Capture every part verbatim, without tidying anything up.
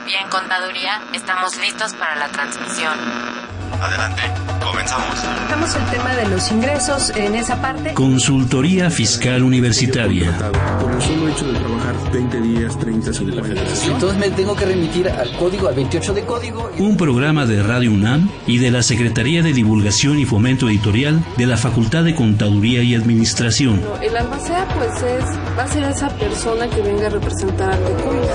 Y en Contaduría estamos listos para la transmisión. Adelante, comenzamos. Tocamos el tema de los ingresos en esa parte. Consultoría Fiscal Universitaria. Por el solo hecho de trabajar veinte días, treinta, cincuenta. Entonces me tengo que remitir al código, al veintiocho de código. Un programa de Radio UNAM y de la Secretaría de Divulgación y Fomento Editorial de la Facultad de Contaduría y Administración. El albacea pues es, va a ser esa persona que venga a representar al decano.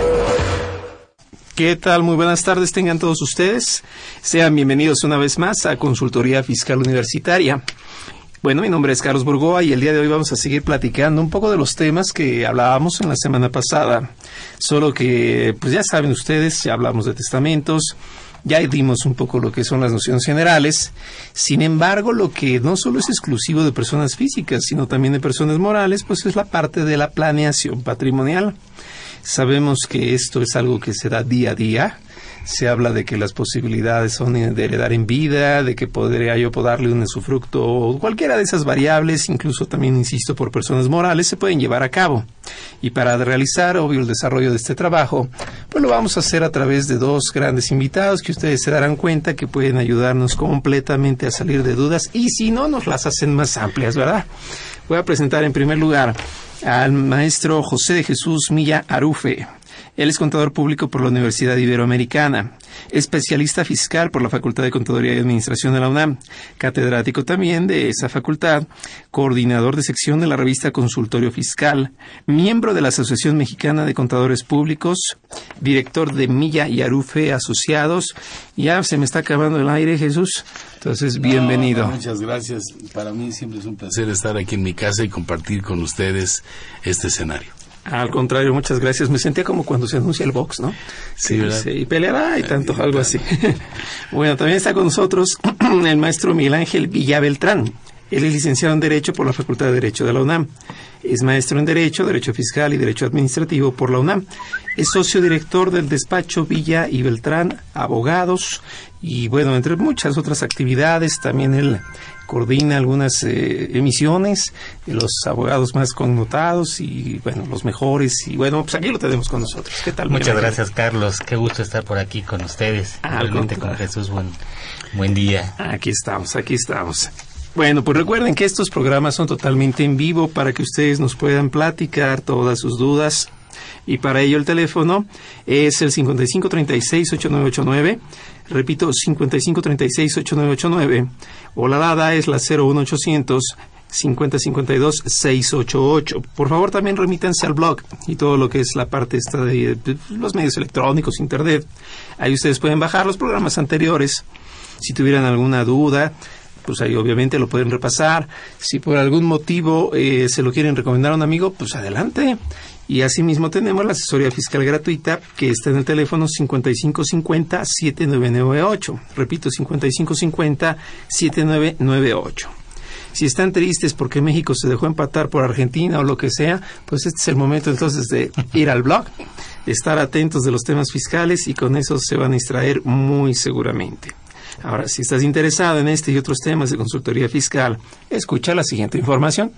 ¿Qué tal? Muy buenas tardes tengan todos ustedes. Sean bienvenidos una vez más a Consultoría Fiscal Universitaria. Bueno, mi nombre es Carlos Burgoa y el día de hoy vamos a seguir platicando un poco de los temas que hablábamos en la semana pasada. Solo que, pues ya saben ustedes, ya hablamos de testamentos, ya dimos un poco lo que son las nociones generales. Sin embargo, lo que no solo es exclusivo de personas físicas, sino también de personas morales, pues es la parte de la planeación patrimonial. Sabemos que esto es algo que se da día a día. Se habla de que las posibilidades son de heredar en vida, de que podría yo darle un usufructo o cualquiera de esas variables, incluso también, insisto, por personas morales, se pueden llevar a cabo. Y para realizar, obvio, el desarrollo de este trabajo, pues lo vamos a hacer a través de dos grandes invitados que ustedes se darán cuenta que pueden ayudarnos completamente a salir de dudas y si no, nos las hacen más amplias, ¿verdad? Voy a presentar en primer lugar al maestro José de Jesús Milla Arufe. Él es contador público por la Universidad Iberoamericana, especialista fiscal por la Facultad de Contaduría y Administración de la UNAM, catedrático también de esa facultad, coordinador de sección de la revista Consultorio Fiscal, miembro de la Asociación Mexicana de Contadores Públicos, director de Milla y Arufe Asociados. Ya se me está acabando el aire, Jesús. Entonces, no, bienvenido. No, muchas gracias. Para mí siempre es un placer estar aquí en mi casa y compartir con ustedes este escenario. Al contrario, muchas gracias. Me sentía como cuando se anuncia el box, ¿no? Sí, ¿verdad? Dice, y peleará y tanto, algo así. Bueno, también está con nosotros el maestro Miguel Ángel Villa-Beltrán. Él es licenciado en Derecho por la Facultad de Derecho de la UNAM. Es maestro en Derecho, Derecho Fiscal y Derecho Administrativo por la UNAM. Es socio director del despacho Villa y Beltrán Abogados. Y bueno, entre muchas otras actividades, también él coordina algunas eh, emisiones, de los abogados más connotados y, bueno, los mejores. Y, bueno, pues aquí lo tenemos con nosotros. ¿Qué tal? Muchas gracias, Carlos. Qué gusto estar por aquí con ustedes. Realmente con Jesús, buen, buen día. Aquí estamos, aquí estamos. Bueno, pues recuerden que estos programas son totalmente en vivo para que ustedes nos puedan platicar todas sus dudas. Y para ello el teléfono es el cincuenta y cinco treinta y seis ochenta y nueve ochenta y nueve. Repito, cincuenta y cinco treinta y seis ochenta y nueve ochenta y nueve. O la dada es la cero uno ochocientos cincuenta cincuenta y dos seiscientos ochenta y ocho. Por favor, también remítanse al blog y todo lo que es la parte esta de, de los medios electrónicos, internet. Ahí ustedes pueden bajar los programas anteriores. Si tuvieran alguna duda, pues ahí obviamente lo pueden repasar. Si por algún motivo eh, se lo quieren recomendar a un amigo, pues adelante. Y asimismo tenemos la asesoría fiscal gratuita que está en el teléfono cincuenta y cinco cincuenta setenta y nueve noventa y ocho. Repito, cincuenta y cinco cincuenta setenta y nueve noventa y ocho. Si están tristes porque México se dejó empatar por Argentina o lo que sea, pues este es el momento entonces de ir al blog, de estar atentos de los temas fiscales y con eso se van a distraer muy seguramente. Ahora, si estás interesado en este y otros temas de consultoría fiscal, escucha la siguiente información.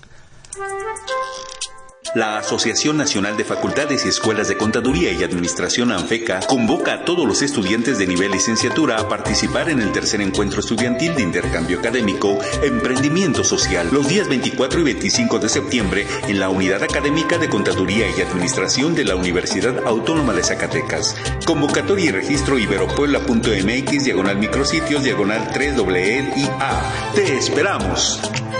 La Asociación Nacional de Facultades y Escuelas de Contaduría y Administración ANFECA convoca a todos los estudiantes de nivel licenciatura a participar en el tercer encuentro estudiantil de intercambio académico Emprendimiento Social los días veinticuatro y veinticinco de septiembre en la Unidad Académica de Contaduría y Administración de la Universidad Autónoma de Zacatecas. Convocatoria y registro iberopuebla.mx diagonal micrositios diagonal tres doble E I A. ¡Te esperamos!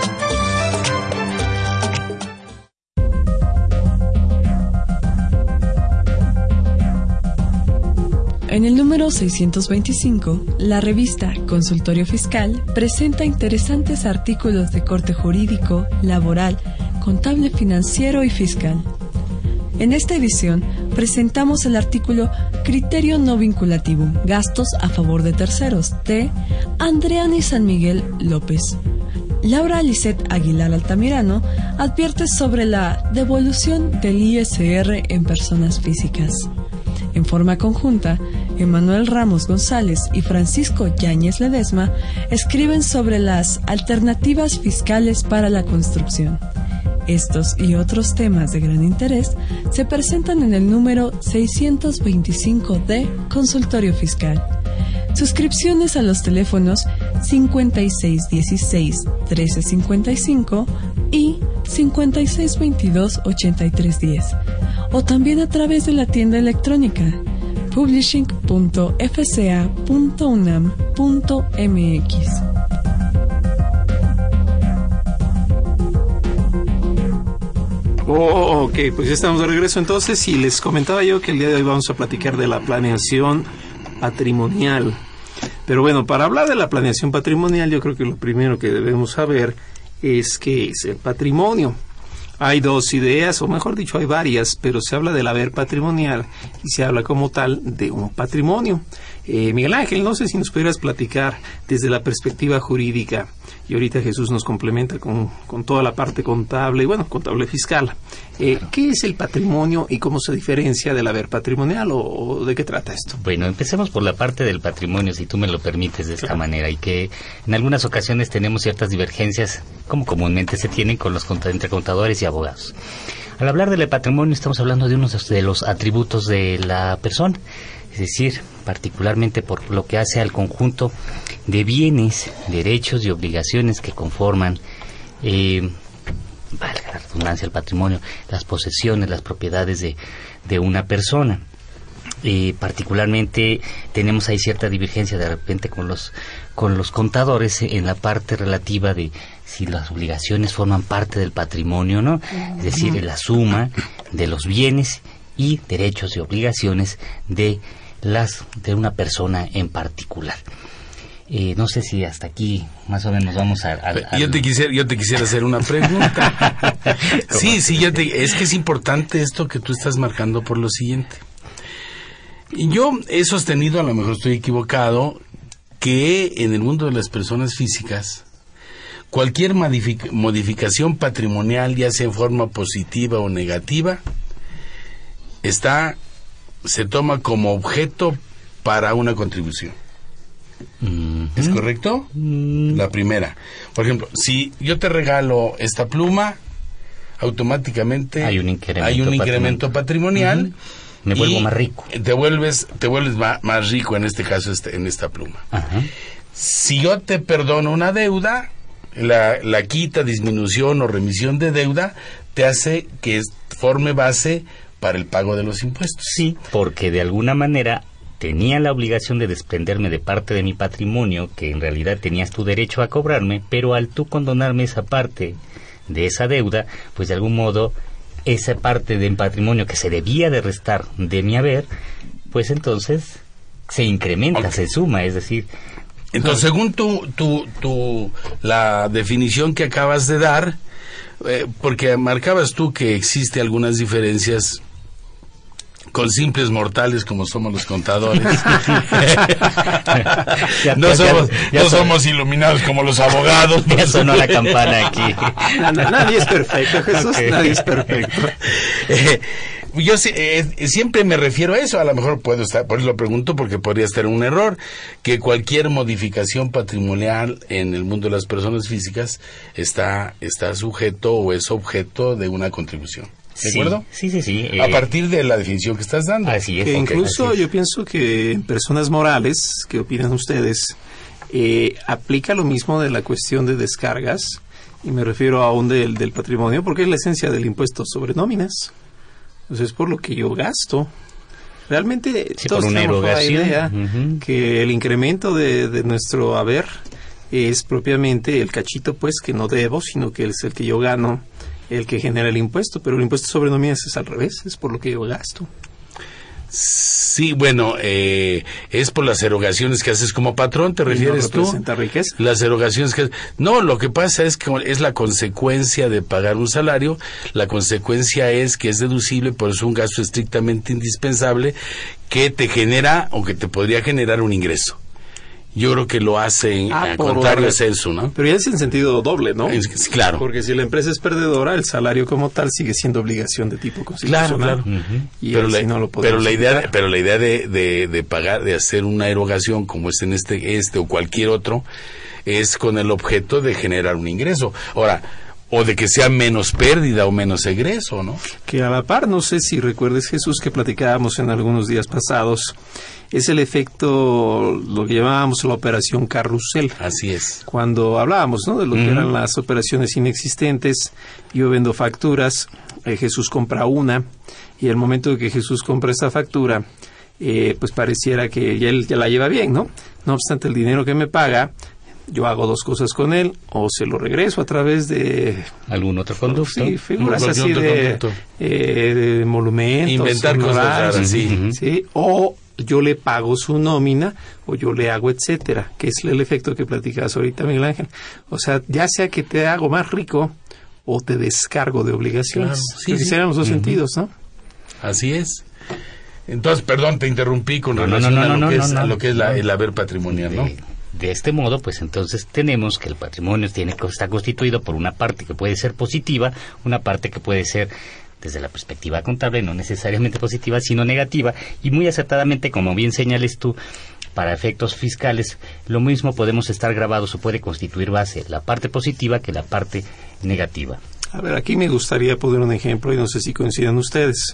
En el número seiscientos veinticinco, la revista Consultorio Fiscal presenta interesantes artículos de corte jurídico, laboral, contable, financiero y fiscal. En esta edición presentamos el artículo Criterio no vinculativo, gastos a favor de terceros, de Andreani San Miguel López. Laura Lisset Aguilar Altamirano advierte sobre la devolución del I S R en personas físicas. En forma conjunta, Emanuel Ramos González y Francisco Yáñez Ledesma escriben sobre las alternativas fiscales para la construcción. Estos y otros temas de gran interés se presentan en el número seiscientos veinticinco de Consultorio Fiscal. Suscripciones a los teléfonos cincuenta y seis dieciséis trece cincuenta y cinco y cincuenta y seis veintidós ochenta y tres diez, o también a través de la tienda electrónica publishing punto f c a punto u n a m punto m x. Oh, ok, pues ya estamos de regreso entonces y les comentaba yo que el día de hoy vamos a platicar de la planeación patrimonial. Pero bueno, para hablar de la planeación patrimonial yo creo que lo primero que debemos saber es qué es el patrimonio. Hay dos ideas, o mejor dicho, hay varias, pero se habla del haber patrimonial y se habla como tal de un patrimonio. Eh, Miguel Ángel, no sé si nos pudieras platicar desde la perspectiva jurídica, y ahorita Jesús nos complementa con, con toda la parte contable, y bueno, contable fiscal. Eh, ¿Qué es el patrimonio y cómo se diferencia del haber patrimonial, o, o de qué trata esto? Bueno, empecemos por la parte del patrimonio, si tú me lo permites de esta claro. manera, y que en algunas ocasiones tenemos ciertas divergencias, como comúnmente se tienen con los entre contadores y abogados. Al hablar del patrimonio estamos hablando de uno de los atributos de la persona, es decir, particularmente por lo que hace al conjunto de bienes, derechos y obligaciones que conforman, eh, valga la redundancia, el patrimonio, las posesiones, las propiedades de, de una persona. Eh, particularmente tenemos ahí cierta divergencia de repente con los con los contadores en la parte relativa de si las obligaciones forman parte del patrimonio o no, es decir, en la suma de los bienes y derechos y obligaciones de las de una persona en particular. Eh, no sé si hasta aquí más o menos vamos a... a, a yo te quisiera yo te quisiera hacer una pregunta. sí, sí, ya te, es que es importante esto que tú estás marcando por lo siguiente. Yo he sostenido, a lo mejor estoy equivocado, que en el mundo de las personas físicas, cualquier modific- modificación patrimonial, ya sea en forma positiva o negativa, está, se toma como objeto para una contribución. Mm-hmm. ¿Es correcto? Mm. La primera. Por ejemplo, si yo te regalo esta pluma, automáticamente hay un incremento, hay un incremento patrimonial. Mm-hmm. Me vuelvo más rico. Te vuelves, te vuelves más, más rico en este caso, este, en esta pluma. Ajá. Si yo te perdono una deuda, la, la quita, disminución o remisión de deuda, te hace que forme base para el pago de los impuestos. Sí, porque de alguna manera tenía la obligación de desprenderme de parte de mi patrimonio, que en realidad tenías tu derecho a cobrarme, pero al tú condonarme esa parte de esa deuda, pues de algún modo esa parte del patrimonio que se debía de restar de mi haber, pues entonces se incrementa, okay. se suma, es decir... Entonces, según tu, tu, tu, la definición que acabas de dar, eh, porque marcabas tú que existe algunas diferencias con simples mortales como somos los contadores. ya, no ya, somos, ya, ya no somos iluminados como los abogados. Ya sonó la campana aquí. no, no, nadie es perfecto, Jesús, okay. nadie es perfecto. eh, yo eh, siempre me refiero a eso, a lo mejor puedo estar, por eso lo pregunto, porque podría estar un error, que cualquier modificación patrimonial en el mundo de las personas físicas está, está sujeto o es objeto de una contribución. ¿De sí, acuerdo? Sí, sí, sí. Eh, a partir de la definición que estás dando. Así es. Que okay, incluso así es. Yo pienso que en personas morales, ¿qué opinan ustedes? Eh, aplica lo mismo de la cuestión de descargas, y me refiero aún del, del patrimonio, porque es la esencia del impuesto sobre nóminas. Entonces es por lo que yo gasto. Realmente sí, todos por una tenemos la idea uh-huh. que el incremento de, de nuestro haber es propiamente el cachito, pues, que no debo, sino que es el que yo gano, el que genera el impuesto, pero el impuesto sobre nóminas es al revés, es por lo que yo gasto. Sí, bueno, eh, es por las erogaciones que haces como patrón, ¿te refieres tú? ¿Representa riqueza? Las erogaciones que... No, lo que pasa es que es la consecuencia de pagar un salario, la consecuencia es que es deducible, por eso es un gasto estrictamente indispensable que te genera o que te podría generar un ingreso. Yo creo que lo hacen ah, al contrario a censo, ¿no? Pero ya es en sentido doble, ¿no? Es, claro. Porque si la empresa es perdedora, el salario como tal sigue siendo obligación de tipo constitucional. Claro, claro. Uh-huh. Y pero, la, si no lo pero la idea, pero la idea de, de, de pagar, de hacer una erogación como es en este, este o cualquier otro, es con el objeto de generar un ingreso. Ahora, o de que sea menos pérdida o menos egreso, ¿no? Que a la par, no sé si recuerdes, Jesús, que platicábamos en algunos días pasados, es el efecto, lo que llamábamos la operación carrusel. Así es. Cuando hablábamos, ¿no?, de lo Uh-huh. que eran las operaciones inexistentes, yo vendo facturas, eh, Jesús compra una, y el momento de que Jesús compra esa factura, eh, pues pareciera que ya él ya la lleva bien, ¿no? No obstante, el dinero que me paga, yo hago dos cosas con él, o se lo regreso a través de algún otro conducto, sí, figuras no, así de, eh, de monumentos, inventar cosas raras, sí. Uh-huh. Sí, o yo le pago su nómina, o yo le hago etcétera, que es el efecto que platicabas ahorita, Miguel Ángel. O sea, ya sea que te hago más rico o te descargo de obligaciones. Claro, sí, que sí. serán los dos Uh-huh. sentidos, ¿no? Así es. Entonces, perdón, te interrumpí con No, no, relación no, no, a, lo no, que no, es, no, a lo que es la, no. el haber patrimonial, ¿no? De, de este modo, pues entonces tenemos que el patrimonio tiene que estar constituido por una parte que puede ser positiva, una parte que puede ser, desde la perspectiva contable, no necesariamente positiva, sino negativa, y muy acertadamente, como bien señales tú, para efectos fiscales, lo mismo podemos estar grabados o puede constituir base la parte positiva que la parte negativa. A ver, aquí me gustaría poner un ejemplo y no sé si coincidan ustedes.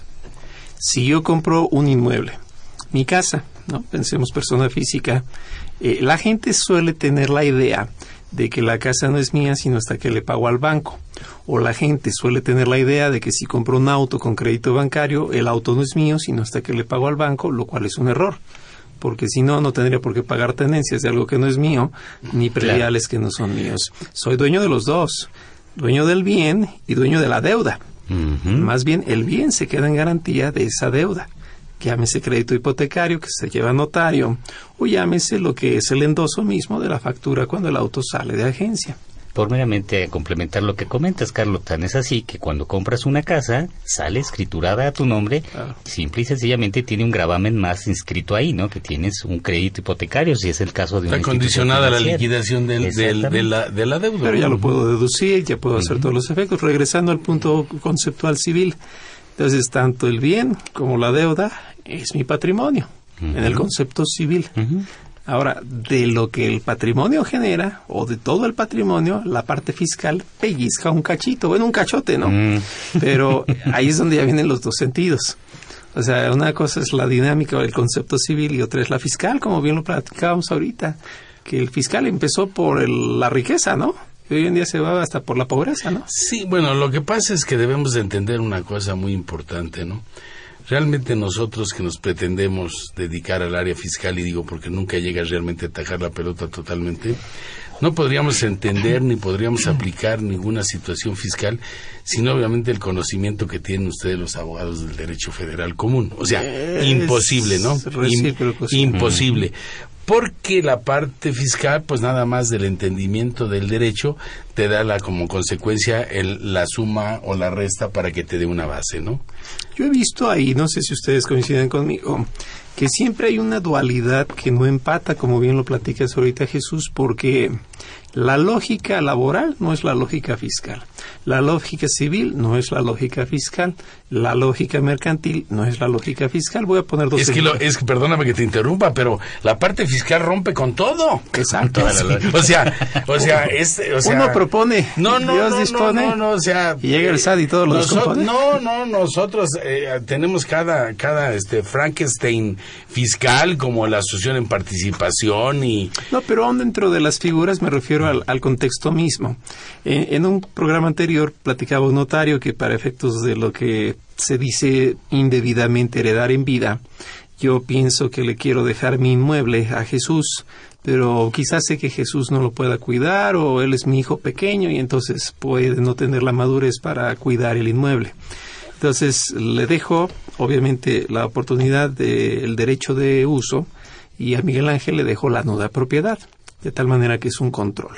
Si yo compro un inmueble, mi casa, ¿no? Pensemos persona física, eh, la gente suele tener la idea de que la casa no es mía sino hasta que le pago al banco. O la gente suele tener la idea de que si compro un auto con crédito bancario, el auto no es mío sino hasta que le pago al banco, lo cual es un error. Porque si no, no tendría por qué pagar tenencias de algo que no es mío, ni prediales que no son míos. Soy dueño de los dos, dueño del bien y dueño de la deuda. Uh-huh. Más bien, el bien se queda en garantía de esa deuda. Llámese crédito hipotecario que se lleva a notario, o llámese lo que es el endoso mismo de la factura cuando el auto sale de agencia. Por meramente complementar lo que comentas, Carlos, tan es así que cuando compras una casa, sale escriturada a tu nombre, claro. Simple y sencillamente tiene un gravamen más inscrito ahí, ¿no? Que tienes un crédito hipotecario, si es el caso de una Está condicionada la liquidación del, del, de, la, de la deuda. Pero ya lo puedo deducir, ya puedo hacer uh-huh. todos los efectos. Regresando al punto conceptual civil, entonces tanto el bien como la deuda es mi patrimonio, uh-huh. en el concepto civil. Uh-huh. Ahora, de lo que el patrimonio genera, o de todo el patrimonio, la parte fiscal pellizca un cachito, bueno, un cachote, ¿no? Mm. Pero ahí es donde ya vienen los dos sentidos. O sea, una cosa es la dinámica o el concepto civil y otra es la fiscal, como bien lo platicábamos ahorita, que el fiscal empezó por el, la riqueza, ¿no? Y hoy en día se va hasta por la pobreza, ¿no? Sí, bueno, lo que pasa es que debemos de entender una cosa muy importante, ¿no? Realmente nosotros que nos pretendemos dedicar al área fiscal, y digo porque nunca llega realmente a atajar la pelota totalmente, no podríamos entender ni podríamos aplicar ninguna situación fiscal sin obviamente el conocimiento que tienen ustedes los abogados del derecho federal común. O sea, es imposible, ¿no? In, imposible. Porque la parte fiscal, pues nada más del entendimiento del derecho, te da la como consecuencia el, la suma o la resta para que te dé una base, ¿no? Yo he visto ahí, no sé si ustedes coinciden conmigo, que siempre hay una dualidad que no empata, como bien lo platicas ahorita, Jesús, porque la lógica laboral no es la lógica fiscal, la lógica civil no es la lógica fiscal, la lógica mercantil no es la lógica fiscal. Voy a poner dos es que, lo, es que perdóname que te interrumpa, pero la parte fiscal rompe con todo. Exacto. Sí. O sea, o sea, es, o sea, uno propone, no, no, Dios no, dispone, no, no, o sea, y llega el S A D y todo lo descompone. No, no, nosotros eh, tenemos cada, cada este Frankenstein fiscal, como la asociación en participación y... No, pero aún dentro de las figuras me refiero al, al contexto mismo. Eh, en un programa anterior platicaba un notario que para efectos de lo que se dice indebidamente heredar en vida, yo pienso que le quiero dejar mi inmueble a Jesús, pero quizás sé que Jesús no lo pueda cuidar o él es mi hijo pequeño y entonces puede no tener la madurez para cuidar el inmueble. Entonces le dejo, obviamente, la oportunidad del derecho de uso y a Miguel Ángel le dejo la nuda propiedad, de tal manera que es un control.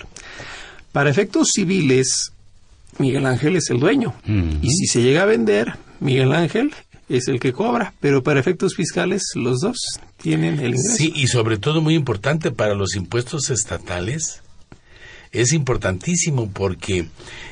Para efectos civiles, Miguel Ángel es el dueño. Uh-huh. Y si se llega a vender, Miguel Ángel es el que cobra, pero para efectos fiscales los dos tienen el ingreso. Sí, y sobre todo muy importante para los impuestos estatales, es importantísimo porque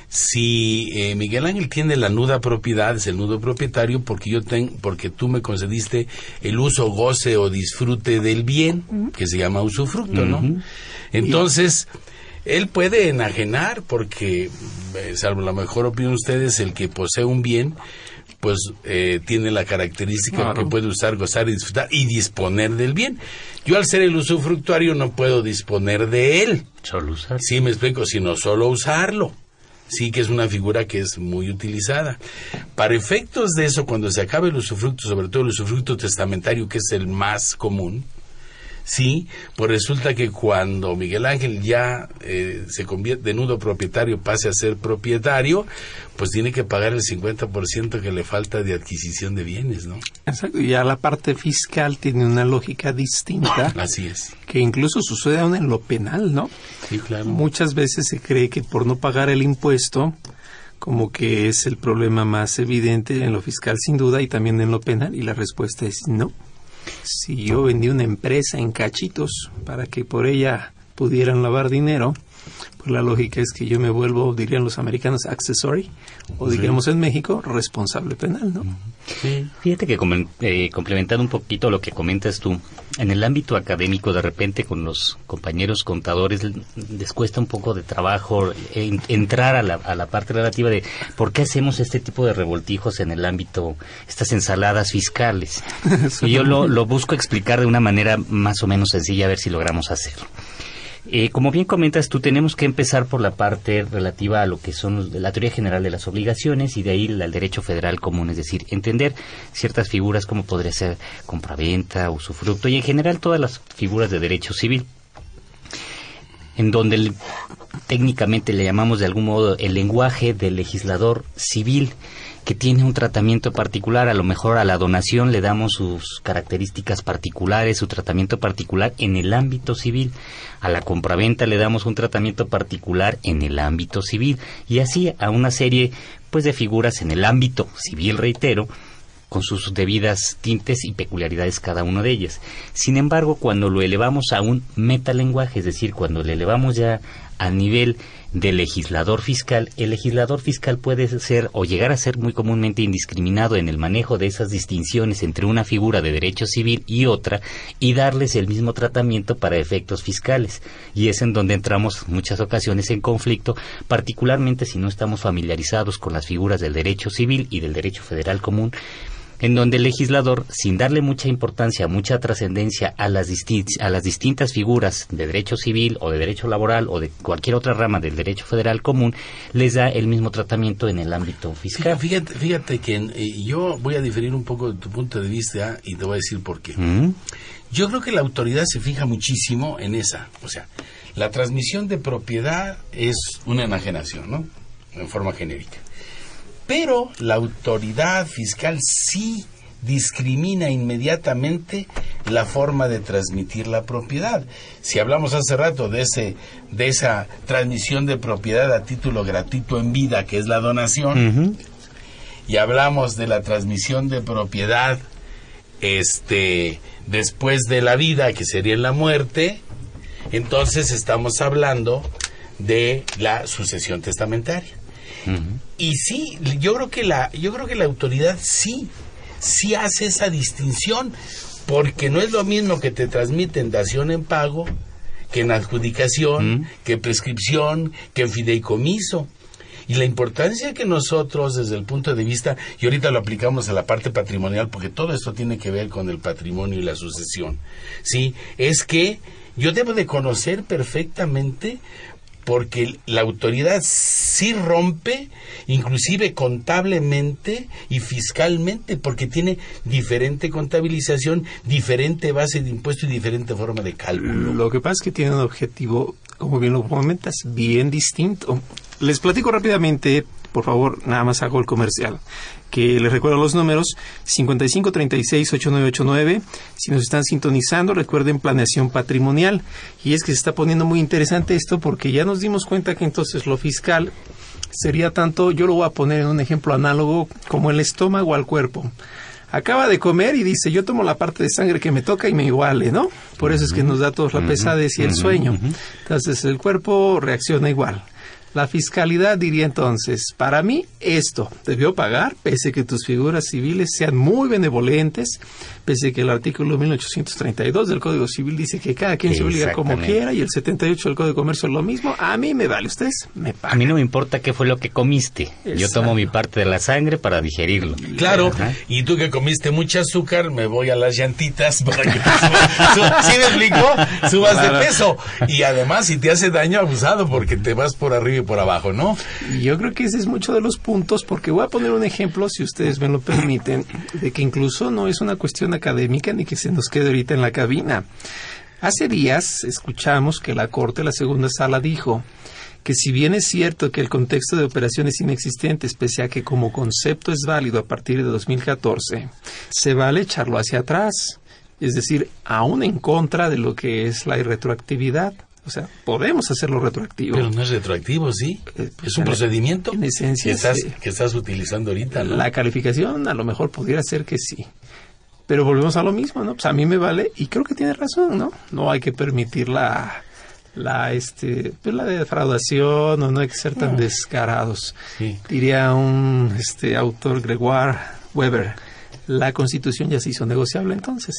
si eh, Miguel Ángel tiene la nuda propiedad, es el nudo propietario porque yo ten, porque tú me concediste el uso, goce o disfrute del bien, uh-huh. que se llama usufructo, uh-huh. ¿no? Entonces, él puede enajenar porque, eh, salvo la mejor opinión de ustedes, el que posee un bien, pues eh, tiene la característica claro. que puede usar, gozar y disfrutar y disponer del bien. Yo al ser el usufructuario no puedo disponer de él. Solo usar. Sí, me explico, sino solo usarlo. Sí, que es una figura que es muy utilizada. Para efectos de eso, cuando se acabe el usufructo, sobre todo el usufructo testamentario, que es el más común, sí, pues resulta que cuando Miguel Ángel ya eh, se convierte de nudo propietario, pase a ser propietario, pues tiene que pagar el cincuenta por ciento que le falta de adquisición de bienes, ¿no? Exacto, y ya la parte fiscal tiene una lógica distinta. Así es. Que incluso sucede aún en lo penal, ¿no? Sí, claro. Muchas veces se cree que por no pagar el impuesto, como que es el problema más evidente en lo fiscal sin duda y también en lo penal, y la respuesta es no. Si yo vendí una empresa en cachitos para que por ella pudieran lavar dinero, pues la lógica es que yo me vuelvo, dirían los americanos, accessory, o digamos sí. en México, responsable penal, ¿no? Sí. Fíjate que eh, complementando un poquito lo que comentas tú, en el ámbito académico de repente con los compañeros contadores les cuesta un poco de trabajo en, entrar a la, a la parte relativa de por qué hacemos este tipo de revoltijos en el ámbito, estas ensaladas fiscales. Y yo lo, lo busco explicar de una manera más o menos sencilla, a ver si logramos hacerlo. Eh, como bien comentas tú, tenemos que empezar por la parte relativa a lo que son la teoría general de las obligaciones y de ahí el derecho federal común, es decir, entender ciertas figuras como podría ser compraventa, usufructo y en general todas las figuras de derecho civil, en donde el, técnicamente le llamamos de algún modo el lenguaje del legislador civil, que tiene un tratamiento particular. A lo mejor a la donación le damos sus características particulares, su tratamiento particular en el ámbito civil. A la compraventa le damos un tratamiento particular en el ámbito civil. Y así a una serie pues de figuras en el ámbito civil, reitero, con sus debidas tintes y peculiaridades cada una de ellas. Sin embargo, cuando lo elevamos a un metalenguaje, es decir, cuando le elevamos ya a nivel de legislador fiscal, el legislador fiscal puede ser o llegar a ser muy comúnmente indiscriminado en el manejo de esas distinciones entre una figura de derecho civil y otra y darles el mismo tratamiento para efectos fiscales. Y es en donde entramos muchas ocasiones en conflicto, particularmente si no estamos familiarizados con las figuras del derecho civil y del derecho federal común, en donde el legislador, sin darle mucha importancia, mucha trascendencia a las, distin- a las distintas figuras de derecho civil o de derecho laboral o de cualquier otra rama del derecho federal común, les da el mismo tratamiento en el ámbito fiscal. Fíjate, fíjate que eh, yo voy a diferir un poco de tu punto de vista y te voy a decir por qué. ¿Mm? Yo creo que la autoridad se fija muchísimo en esa, o sea, la transmisión de propiedad es una enajenación, ¿no? En forma genérica. Pero la autoridad fiscal sí discrimina inmediatamente la forma de transmitir la propiedad. Si hablamos hace rato de ese de esa transmisión de propiedad a título gratuito en vida, que es la donación, uh-huh. y hablamos de la transmisión de propiedad este después de la vida, que sería en la muerte, entonces estamos hablando de la sucesión testamentaria. Uh-huh. Y sí, yo creo que la yo creo que la autoridad sí sí hace esa distinción, porque no es lo mismo que te transmiten dación en pago que en adjudicación, uh-huh. que en prescripción, que en fideicomiso. Y la importancia que nosotros desde el punto de vista, y ahorita lo aplicamos a la parte patrimonial, porque todo esto tiene que ver con el patrimonio y la sucesión, sí, es que yo debo de conocer perfectamente, porque la autoridad sí rompe, inclusive contablemente y fiscalmente, porque tiene diferente contabilización, diferente base de impuesto y diferente forma de cálculo. Lo que pasa es que tiene un objetivo, como bien lo comentas, bien distinto. Les platico rápidamente, por favor, nada más hago el comercial, que les recuerdo los números cincuenta y cinco treinta y seis ochenta y nueve ochenta y nueve. Si nos están sintonizando, recuerden planeación patrimonial. Y es que se está poniendo muy interesante esto, porque ya nos dimos cuenta que entonces lo fiscal sería tanto, yo lo voy a poner en un ejemplo análogo, como el estómago al cuerpo. Acaba de comer y dice, yo tomo la parte de sangre que me toca y me iguale, ¿no? Por eso es que nos da todos la pesadez y el sueño. Entonces el cuerpo reacciona igual. La fiscalidad diría entonces, para mí esto debió pagar, pese que tus figuras civiles sean muy benevolentes, pese que el artículo mil ochocientos treinta y dos del Código Civil dice que cada quien se obliga como quiera y el setenta y ocho del Código de Comercio es lo mismo, a mí me vale, ustedes me pagan. A mí no me importa qué fue lo que comiste, Exacto. Yo tomo mi parte de la sangre para digerirlo. Claro, Ajá. Y tú que comiste mucho azúcar, me voy a las llantitas para que subas, su, ¿sí me explico? Subas claro. de peso. Y además si te hace daño, abusado, porque te vas por arriba y por abajo, ¿no? Y yo creo que ese es mucho de los puntos, porque voy a poner un ejemplo, si ustedes me lo permiten, de que incluso no es una cuestión académica ni que se nos quede ahorita en la cabina. Hace días escuchamos que la Corte, la segunda sala, dijo que si bien es cierto que el contexto de operaciones inexistentes, pese a que como concepto es válido a partir de dos mil catorce, se vale echarlo hacia atrás, es decir, aún en contra de lo que es la irretroactividad. O sea, podemos hacerlo retroactivo. Pero no es retroactivo, ¿sí? Eh, pues es un procedimiento en esencia, que, estás, sí. que estás utilizando ahorita, ¿no? La calificación a lo mejor pudiera ser que sí. Pero volvemos a lo mismo, ¿no? Pues a mí me vale, y creo que tiene razón, ¿no? No hay que permitir la, la, este, pues la defraudación, o no hay que ser tan no. descarados. Sí. Diría un este, autor, Gregoire Weber, la Constitución ya se hizo negociable entonces.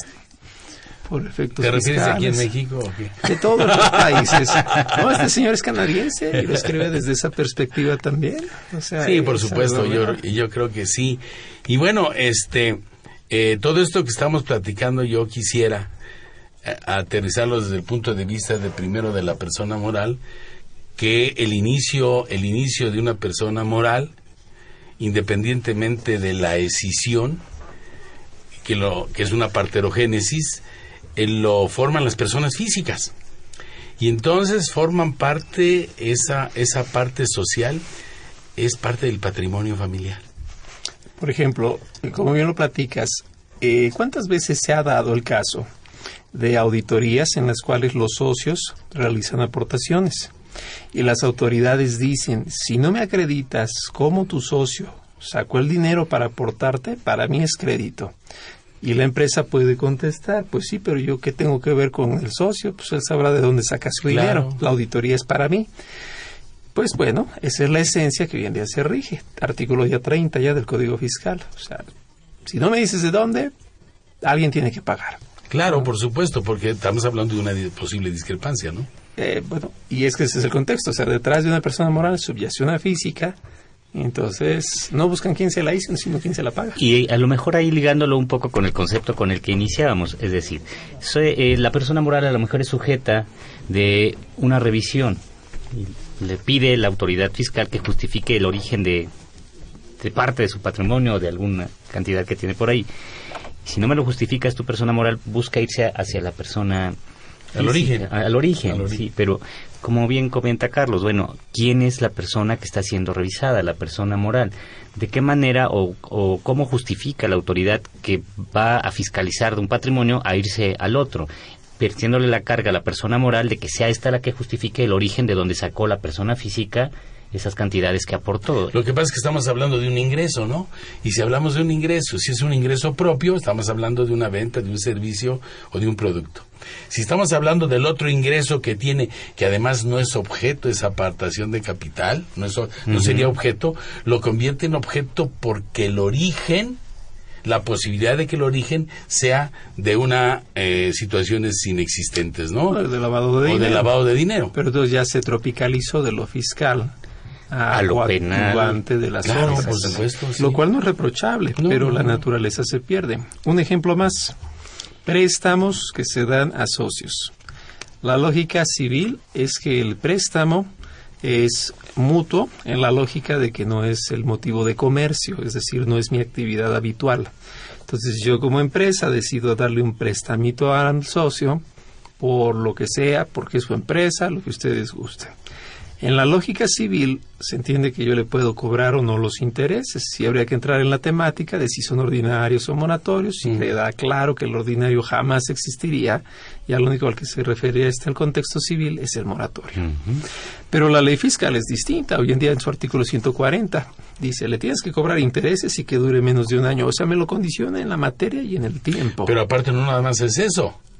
Por efectos ¿Te refieres fiscales. Aquí en México o qué? De todos los países. No, este señor es canadiense y lo escribe desde esa perspectiva también. O sea, sí, por supuesto, yo, yo creo que sí. Y bueno, este, eh, todo esto que estamos platicando yo quisiera eh, aterrizarlo desde el punto de vista de primero de la persona moral, que el inicio, el inicio de una persona moral, independientemente de la escisión, que, lo, que es una parterogénesis, lo forman las personas físicas y entonces forman parte, esa esa parte social es parte del patrimonio familiar. Por ejemplo, como bien lo platicas, eh, ¿cuántas veces se ha dado el caso de auditorías en las cuales los socios realizan aportaciones y las autoridades dicen, si no me acreditas cómo tu socio sacó el dinero para aportarte, para mí es crédito? Y la empresa puede contestar, pues sí, pero yo qué tengo que ver con el socio, pues él sabrá de dónde saca su claro. dinero, la auditoría es para mí. Pues bueno, esa es la esencia que hoy en día se rige, artículo ya treinta ya del Código Fiscal. O sea, si no me dices de dónde, alguien tiene que pagar. Claro, por supuesto, porque estamos hablando de una posible discrepancia, ¿no? Eh, bueno, y es que ese es el contexto, o sea, detrás de una persona moral subyace una física. Entonces, no buscan quién se la hizo, sino quién se la paga. Y a lo mejor ahí ligándolo un poco con el concepto con el que iniciábamos, es decir, soy, eh, la persona moral a lo mejor es sujeta de una revisión. Y le pide la autoridad fiscal que justifique el origen de, de parte de su patrimonio o de alguna cantidad que tiene por ahí. Si no me lo justificas, tu persona moral busca irse hacia la persona... Al origen. Al origen, al origen, sí, pero como bien comenta Carlos, bueno, ¿quién es la persona que está siendo revisada, la persona moral? ¿De qué manera o, o cómo justifica la autoridad que va a fiscalizar de un patrimonio a irse al otro? Vertiéndole la carga a la persona moral de que sea esta la que justifique el origen de donde sacó la persona física esas cantidades que aportó. Lo que pasa es que estamos hablando de un ingreso, ¿no? Y si hablamos de un ingreso, si es un ingreso propio, estamos hablando de una venta, de un servicio o de un producto. Si estamos hablando del otro ingreso que tiene, que además no es objeto, esa apartación de capital, no, es, no uh-huh. sería objeto, lo convierte en objeto porque el origen, la posibilidad de que el origen sea de una eh, situaciones inexistentes, ¿no? O de lavado de o dinero. de lavado de dinero. Pero entonces ya se tropicalizó de lo fiscal a, a lo penal de las claro, cosas, por supuesto, sí. Lo cual no es reprochable, no, pero no, la naturaleza se pierde. Un ejemplo más, préstamos que se dan a socios. La lógica civil es que el préstamo es mutuo en la lógica de que no es el motivo de comercio, es decir, no es mi actividad habitual. Entonces yo como empresa decido darle un prestamito al socio por lo que sea, porque es su empresa, lo que ustedes gusten. En la lógica civil se entiende que yo le puedo cobrar o no los intereses. Sí habría que entrar en la temática de si son ordinarios o moratorios. Si mm. queda claro que el ordinario jamás existiría, ya lo único al que se refería este al contexto civil es el moratorio. Mm-hmm. Pero la ley fiscal es distinta. Hoy en día en su artículo ciento cuarenta dice, le tienes que cobrar intereses y que dure menos de un año. O sea, me lo condiciona en la materia y en el tiempo. Pero aparte no nada más es eso.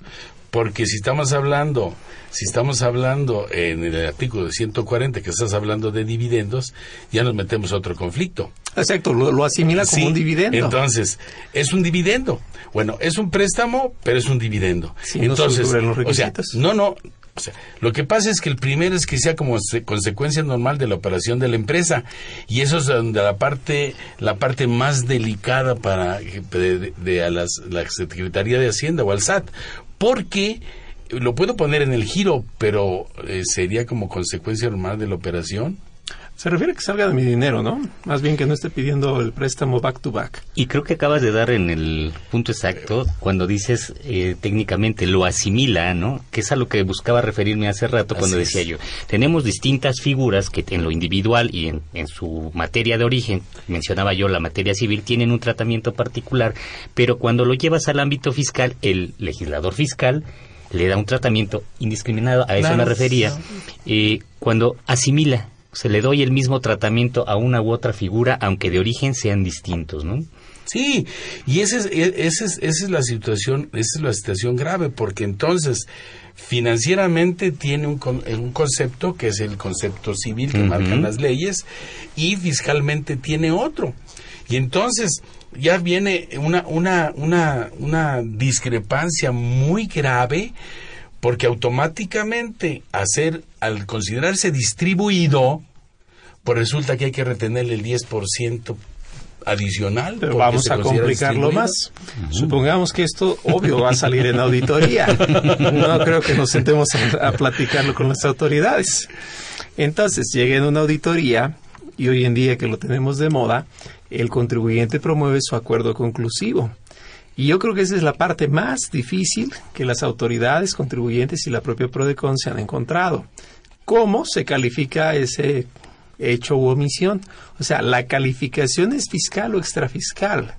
porque si estamos hablando, si estamos hablando en el artículo de ciento cuarenta, que estás hablando de dividendos, ya nos metemos a otro conflicto. Exacto, lo, lo asimila como sí, un dividendo. Entonces, es un dividendo. Bueno, es un préstamo, pero es un dividendo. Sí, entonces, no los o sea, no, no, o sea, lo que pasa es que el primero es que sea como se, consecuencia normal de la operación de la empresa, y eso es donde la parte la parte más delicada para de, de, de a las, la Secretaría de Hacienda o al S A T, porque lo puedo poner en el giro, pero eh, sería como consecuencia normal de la operación. Se refiere a que salga de mi dinero, ¿no? Más bien que no esté pidiendo el préstamo back to back. Y creo que acabas de dar en el punto exacto cuando dices eh, técnicamente lo asimila, ¿no? Que es a lo que buscaba referirme hace rato cuando Así decía es. yo. Tenemos distintas figuras que en lo individual y en, en su materia de origen, mencionaba yo la materia civil, tienen un tratamiento particular, pero cuando lo llevas al ámbito fiscal, el legislador fiscal le da un tratamiento indiscriminado, a eso Claro, me refería, eh, cuando asimila. Se le doy el mismo tratamiento a una u otra figura, aunque de origen sean distintos, ¿no? Sí, y esa es, esa es, esa es la situación, esa es la situación grave, porque entonces financieramente tiene un, un concepto que es el concepto civil que uh-huh. marcan las leyes, y fiscalmente tiene otro. Y entonces ya viene una, una, una, una discrepancia muy grave, porque automáticamente hacer, al considerarse distribuido, pues resulta que hay que retenerle el diez por ciento adicional. Pero vamos a complicarlo más. Uh-huh. Supongamos que esto, obvio, va a salir en auditoría. No creo que nos sentemos a, a platicarlo con las autoridades. Entonces, llega en una auditoría, y hoy en día que lo tenemos de moda, el contribuyente promueve su acuerdo conclusivo. Y yo creo que esa es la parte más difícil que las autoridades, contribuyentes y la propia PRODECON se han encontrado. ¿Cómo se califica ese hecho u omisión? O sea, ¿la calificación es fiscal o extrafiscal?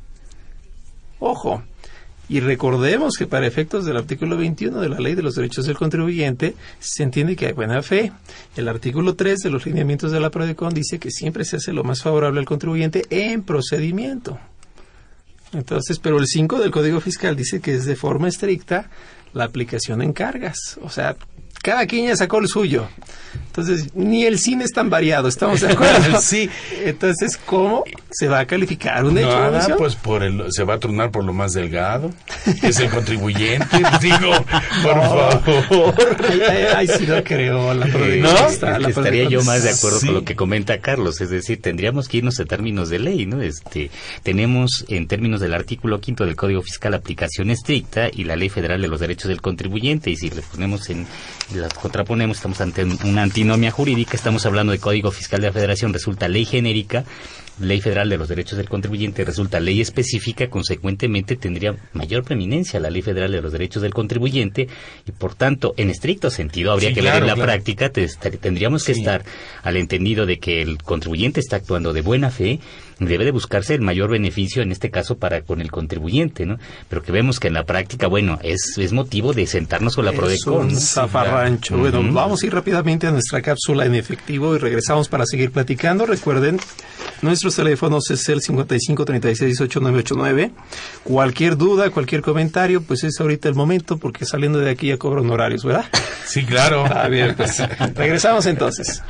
Ojo, y recordemos que para efectos del artículo veintiuno de la Ley de los Derechos del Contribuyente se entiende que hay buena fe. El artículo tres de los lineamientos de la PRODECON dice que siempre se hace lo más favorable al contribuyente en procedimiento. Entonces, pero el cinco del Código Fiscal dice que es de forma estricta la aplicación en cargas. O sea, cada quien ya sacó el suyo. Entonces, ni el cine es tan variado, ¿estamos de acuerdo? Sí. Entonces, ¿cómo se va a calificar un hecho? Nada, pues por el, se va a tronar por lo más delgado, que es el contribuyente. Digo, por no, favor. Ay, ay, ay, sí no creo. La no, está, la estaría yo más de acuerdo sí. con lo que comenta Carlos. Es decir, tendríamos que irnos a términos de ley, ¿no? Este, tenemos en términos del artículo quinto del Código Fiscal aplicación estricta y la Ley Federal de los Derechos del Contribuyente, y si le ponemos en, la contraponemos, estamos ante una antinomia jurídica. Estamos hablando de Código Fiscal de la Federación, resulta ley genérica, Ley Federal de los Derechos del Contribuyente resulta ley específica, consecuentemente tendría mayor preeminencia la Ley Federal de los Derechos del Contribuyente, y por tanto, en estricto sentido, habría sí, que claro, ver en la claro. práctica, te, tendríamos que sí. estar al entendido de que el contribuyente está actuando de buena fe, debe de buscarse el mayor beneficio, en este caso, para con el contribuyente, ¿no? Pero que vemos que en la práctica, bueno, es, es motivo de sentarnos con la PRODECON. Es un zafarrancho. Sí, bueno, uh-huh. vamos a ir rápidamente a nuestra cápsula en efectivo y regresamos para seguir platicando. Recuerden, nuestros teléfonos es el cincuenta y cinco, treinta y seis, dieciocho, nueve ochenta y nueve. Cualquier duda, cualquier comentario, pues es ahorita el momento, porque saliendo de aquí ya cobro honorarios, ¿verdad? Sí, claro. Ah, bien, pues regresamos entonces.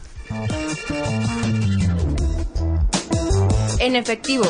En efectivo,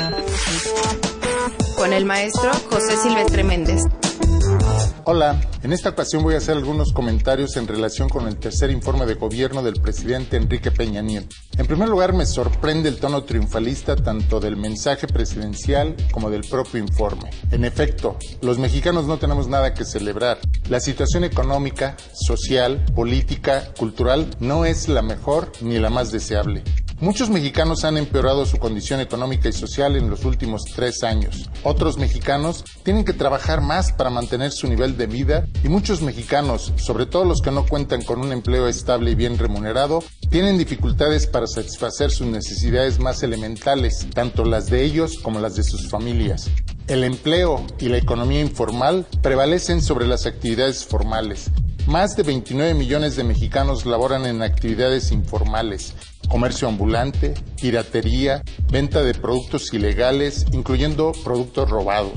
con el maestro José Silvestre Méndez. Hola, en esta ocasión voy a hacer algunos comentarios en relación con el tercer informe de gobierno del presidente Enrique Peña Nieto. En primer lugar, me sorprende el tono triunfalista tanto del mensaje presidencial como del propio informe. En efecto, los mexicanos no tenemos nada que celebrar. La situación económica, social, política, cultural no es la mejor ni la más deseable. Muchos mexicanos han empeorado su condición económica y social en los últimos tres años. Otros mexicanos tienen que trabajar más para mantener su nivel de vida y muchos mexicanos, sobre todo los que no cuentan con un empleo estable y bien remunerado, tienen dificultades para satisfacer sus necesidades más elementales, tanto las de ellos como las de sus familias. El empleo y la economía informal prevalecen sobre las actividades formales. Más de veintinueve millones de mexicanos laboran en actividades informales, comercio ambulante, piratería, venta de productos ilegales, incluyendo productos robados.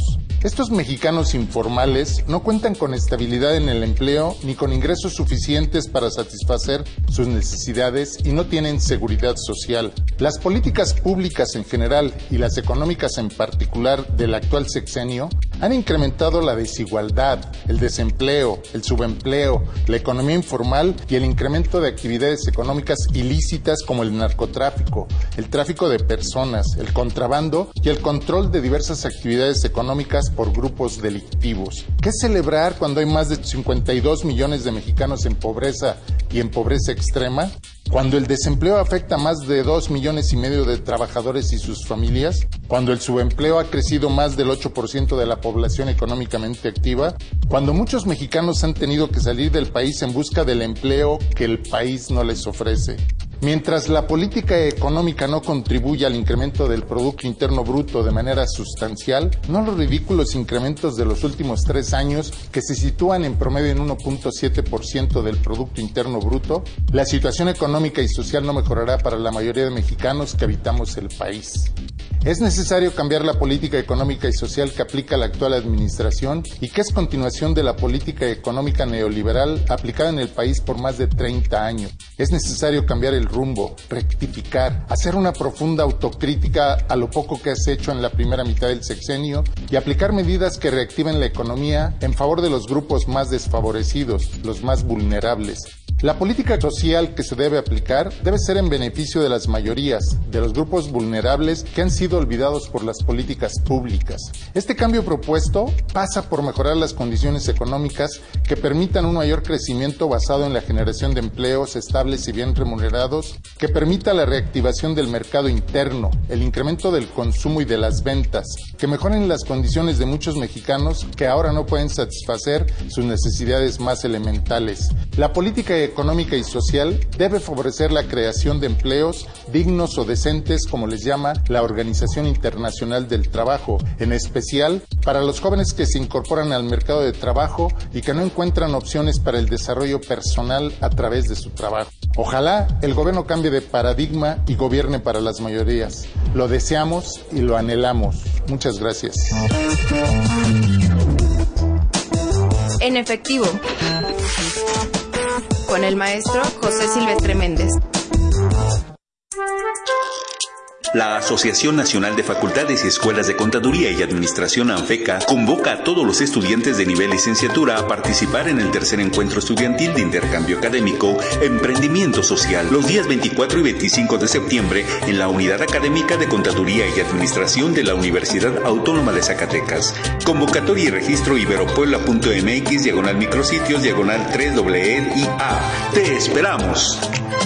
Estos mexicanos informales no cuentan con estabilidad en el empleo ni con ingresos suficientes para satisfacer sus necesidades y no tienen seguridad social. Las políticas públicas en general y las económicas en particular del actual sexenio han incrementado la desigualdad, el desempleo, el subempleo, la economía informal y el incremento de actividades económicas ilícitas como el narcotráfico, el tráfico de personas, el contrabando y el control de diversas actividades económicas por grupos delictivos. ¿Qué celebrar cuando hay más de cincuenta y dos millones de mexicanos en pobreza y en pobreza extrema? Cuando el desempleo afecta a más de dos millones y medio de trabajadores y sus familias, cuando el subempleo ha crecido más del ocho por ciento de la población económicamente activa, cuando muchos mexicanos han tenido que salir del país en busca del empleo que el país no les ofrece. Mientras la política económica no contribuye al incremento del Producto Interno Bruto de manera sustancial, no los ridículos incrementos de los últimos tres años que se sitúan en promedio en uno punto siete por ciento del Producto Interno Bruto, la situación económica y social no mejorará para la mayoría de mexicanos que habitamos el país. Es necesario cambiar la política económica y social que aplica la actual administración y que es continuación de la política económica neoliberal aplicada en el país por más de treinta años. Es necesario cambiar el rumbo, rectificar, hacer una profunda autocrítica a lo poco que has hecho en la primera mitad del sexenio y aplicar medidas que reactiven la economía en favor de los grupos más desfavorecidos, los más vulnerables. La política social que se debe aplicar debe ser en beneficio de las mayorías, de los grupos vulnerables que han sido olvidados por las políticas públicas. Este cambio propuesto pasa por mejorar las condiciones económicas que permitan un mayor crecimiento basado en la generación de empleos estables y bien remunerados, que permita la reactivación del mercado interno, el incremento del consumo y de las ventas, que mejoren las condiciones de muchos mexicanos que ahora no pueden satisfacer sus necesidades más elementales. La política económica y social debe favorecer la creación de empleos dignos o decentes, como les llama la Organización Internacional del Trabajo, en especial para los jóvenes que se incorporan al mercado de trabajo y que no encuentran opciones para el desarrollo personal a través de su trabajo. Ojalá el gobierno cambie de paradigma y gobierne para las mayorías. Lo deseamos y lo anhelamos. Muchas gracias. En efectivo, con el maestro José Silvestre Méndez. La Asociación Nacional de Facultades y Escuelas de Contaduría y Administración ANFECA convoca a todos los estudiantes de nivel licenciatura a participar en el tercer encuentro estudiantil de intercambio académico Emprendimiento Social los días veinticuatro y veinticinco de septiembre en la Unidad Académica de Contaduría y Administración de la Universidad Autónoma de Zacatecas. Convocatoria y registro iberopuebla.mx diagonal micrositios diagonal tres doble E I A. ¡Te esperamos!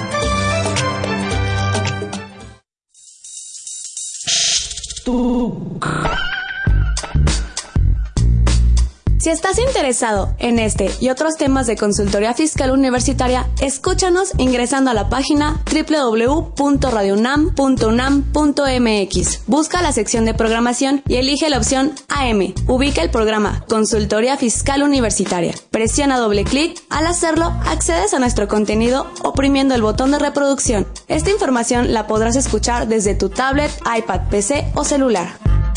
Si estás interesado en este y otros temas de consultoría fiscal universitaria, escúchanos ingresando a la página doble u doble u doble u punto radio u n a m punto u n a m punto m x. Busca la sección de programación y elige la opción A M. Ubica el programa Consultoría Fiscal Universitaria. Presiona doble clic. Al hacerlo, accedes a nuestro contenido oprimiendo el botón de reproducción. Esta información la podrás escuchar desde tu tablet, iPad, P C o celular.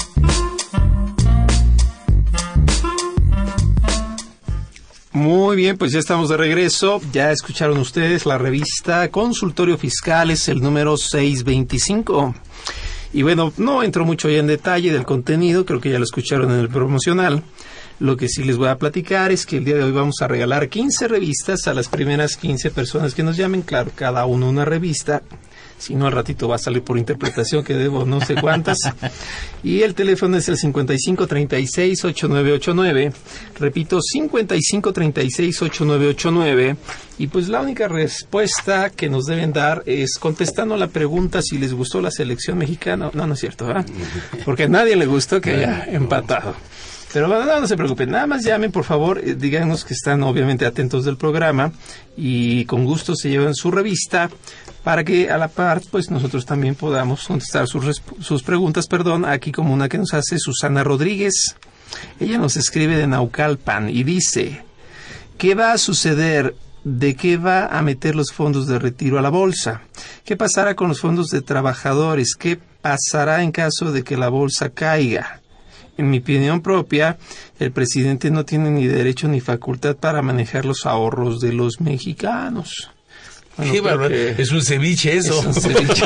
Muy bien, pues ya estamos de regreso. Ya escucharon ustedes la revista Consultorio Fiscal, es el número seiscientos veinticinco. Y bueno, no entro mucho ya en detalle del contenido, creo que ya lo escucharon en el promocional. Lo que sí les voy a platicar es que el día de hoy vamos a regalar quince revistas a las primeras quince personas que nos llamen. Claro, cada uno una revista. Si no, al ratito va a salir por interpretación, que debo no sé cuántas. Y el teléfono es el cincuenta y cinco treinta y seis ochenta y nueve ochenta y nueve. Repito, cincuenta y cinco treinta y seis ochenta y nueve ochenta y nueve. Y pues la única respuesta que nos deben dar es contestando la pregunta si les gustó la selección mexicana. No, no es cierto, ¿verdad? Porque a nadie le gustó que haya empatado. Pero bueno, no, no se preocupen, nada más llamen, por favor, eh, díganos que están obviamente atentos del programa y con gusto se llevan su revista para que a la par, pues nosotros también podamos contestar sus, sus preguntas, perdón, aquí como una que nos hace Susana Rodríguez. Ella nos escribe de Naucalpan y dice, ¿qué va a suceder? ¿De qué va a meter los fondos de retiro a la bolsa? ¿Qué pasará con los fondos de trabajadores? ¿Qué pasará en caso de que la bolsa caiga? en mi opinión propia, el presidente no tiene ni derecho ni facultad para manejar los ahorros de los mexicanos. Bueno, Qué bárbaro. Es un ceviche eso. Es un ceviche.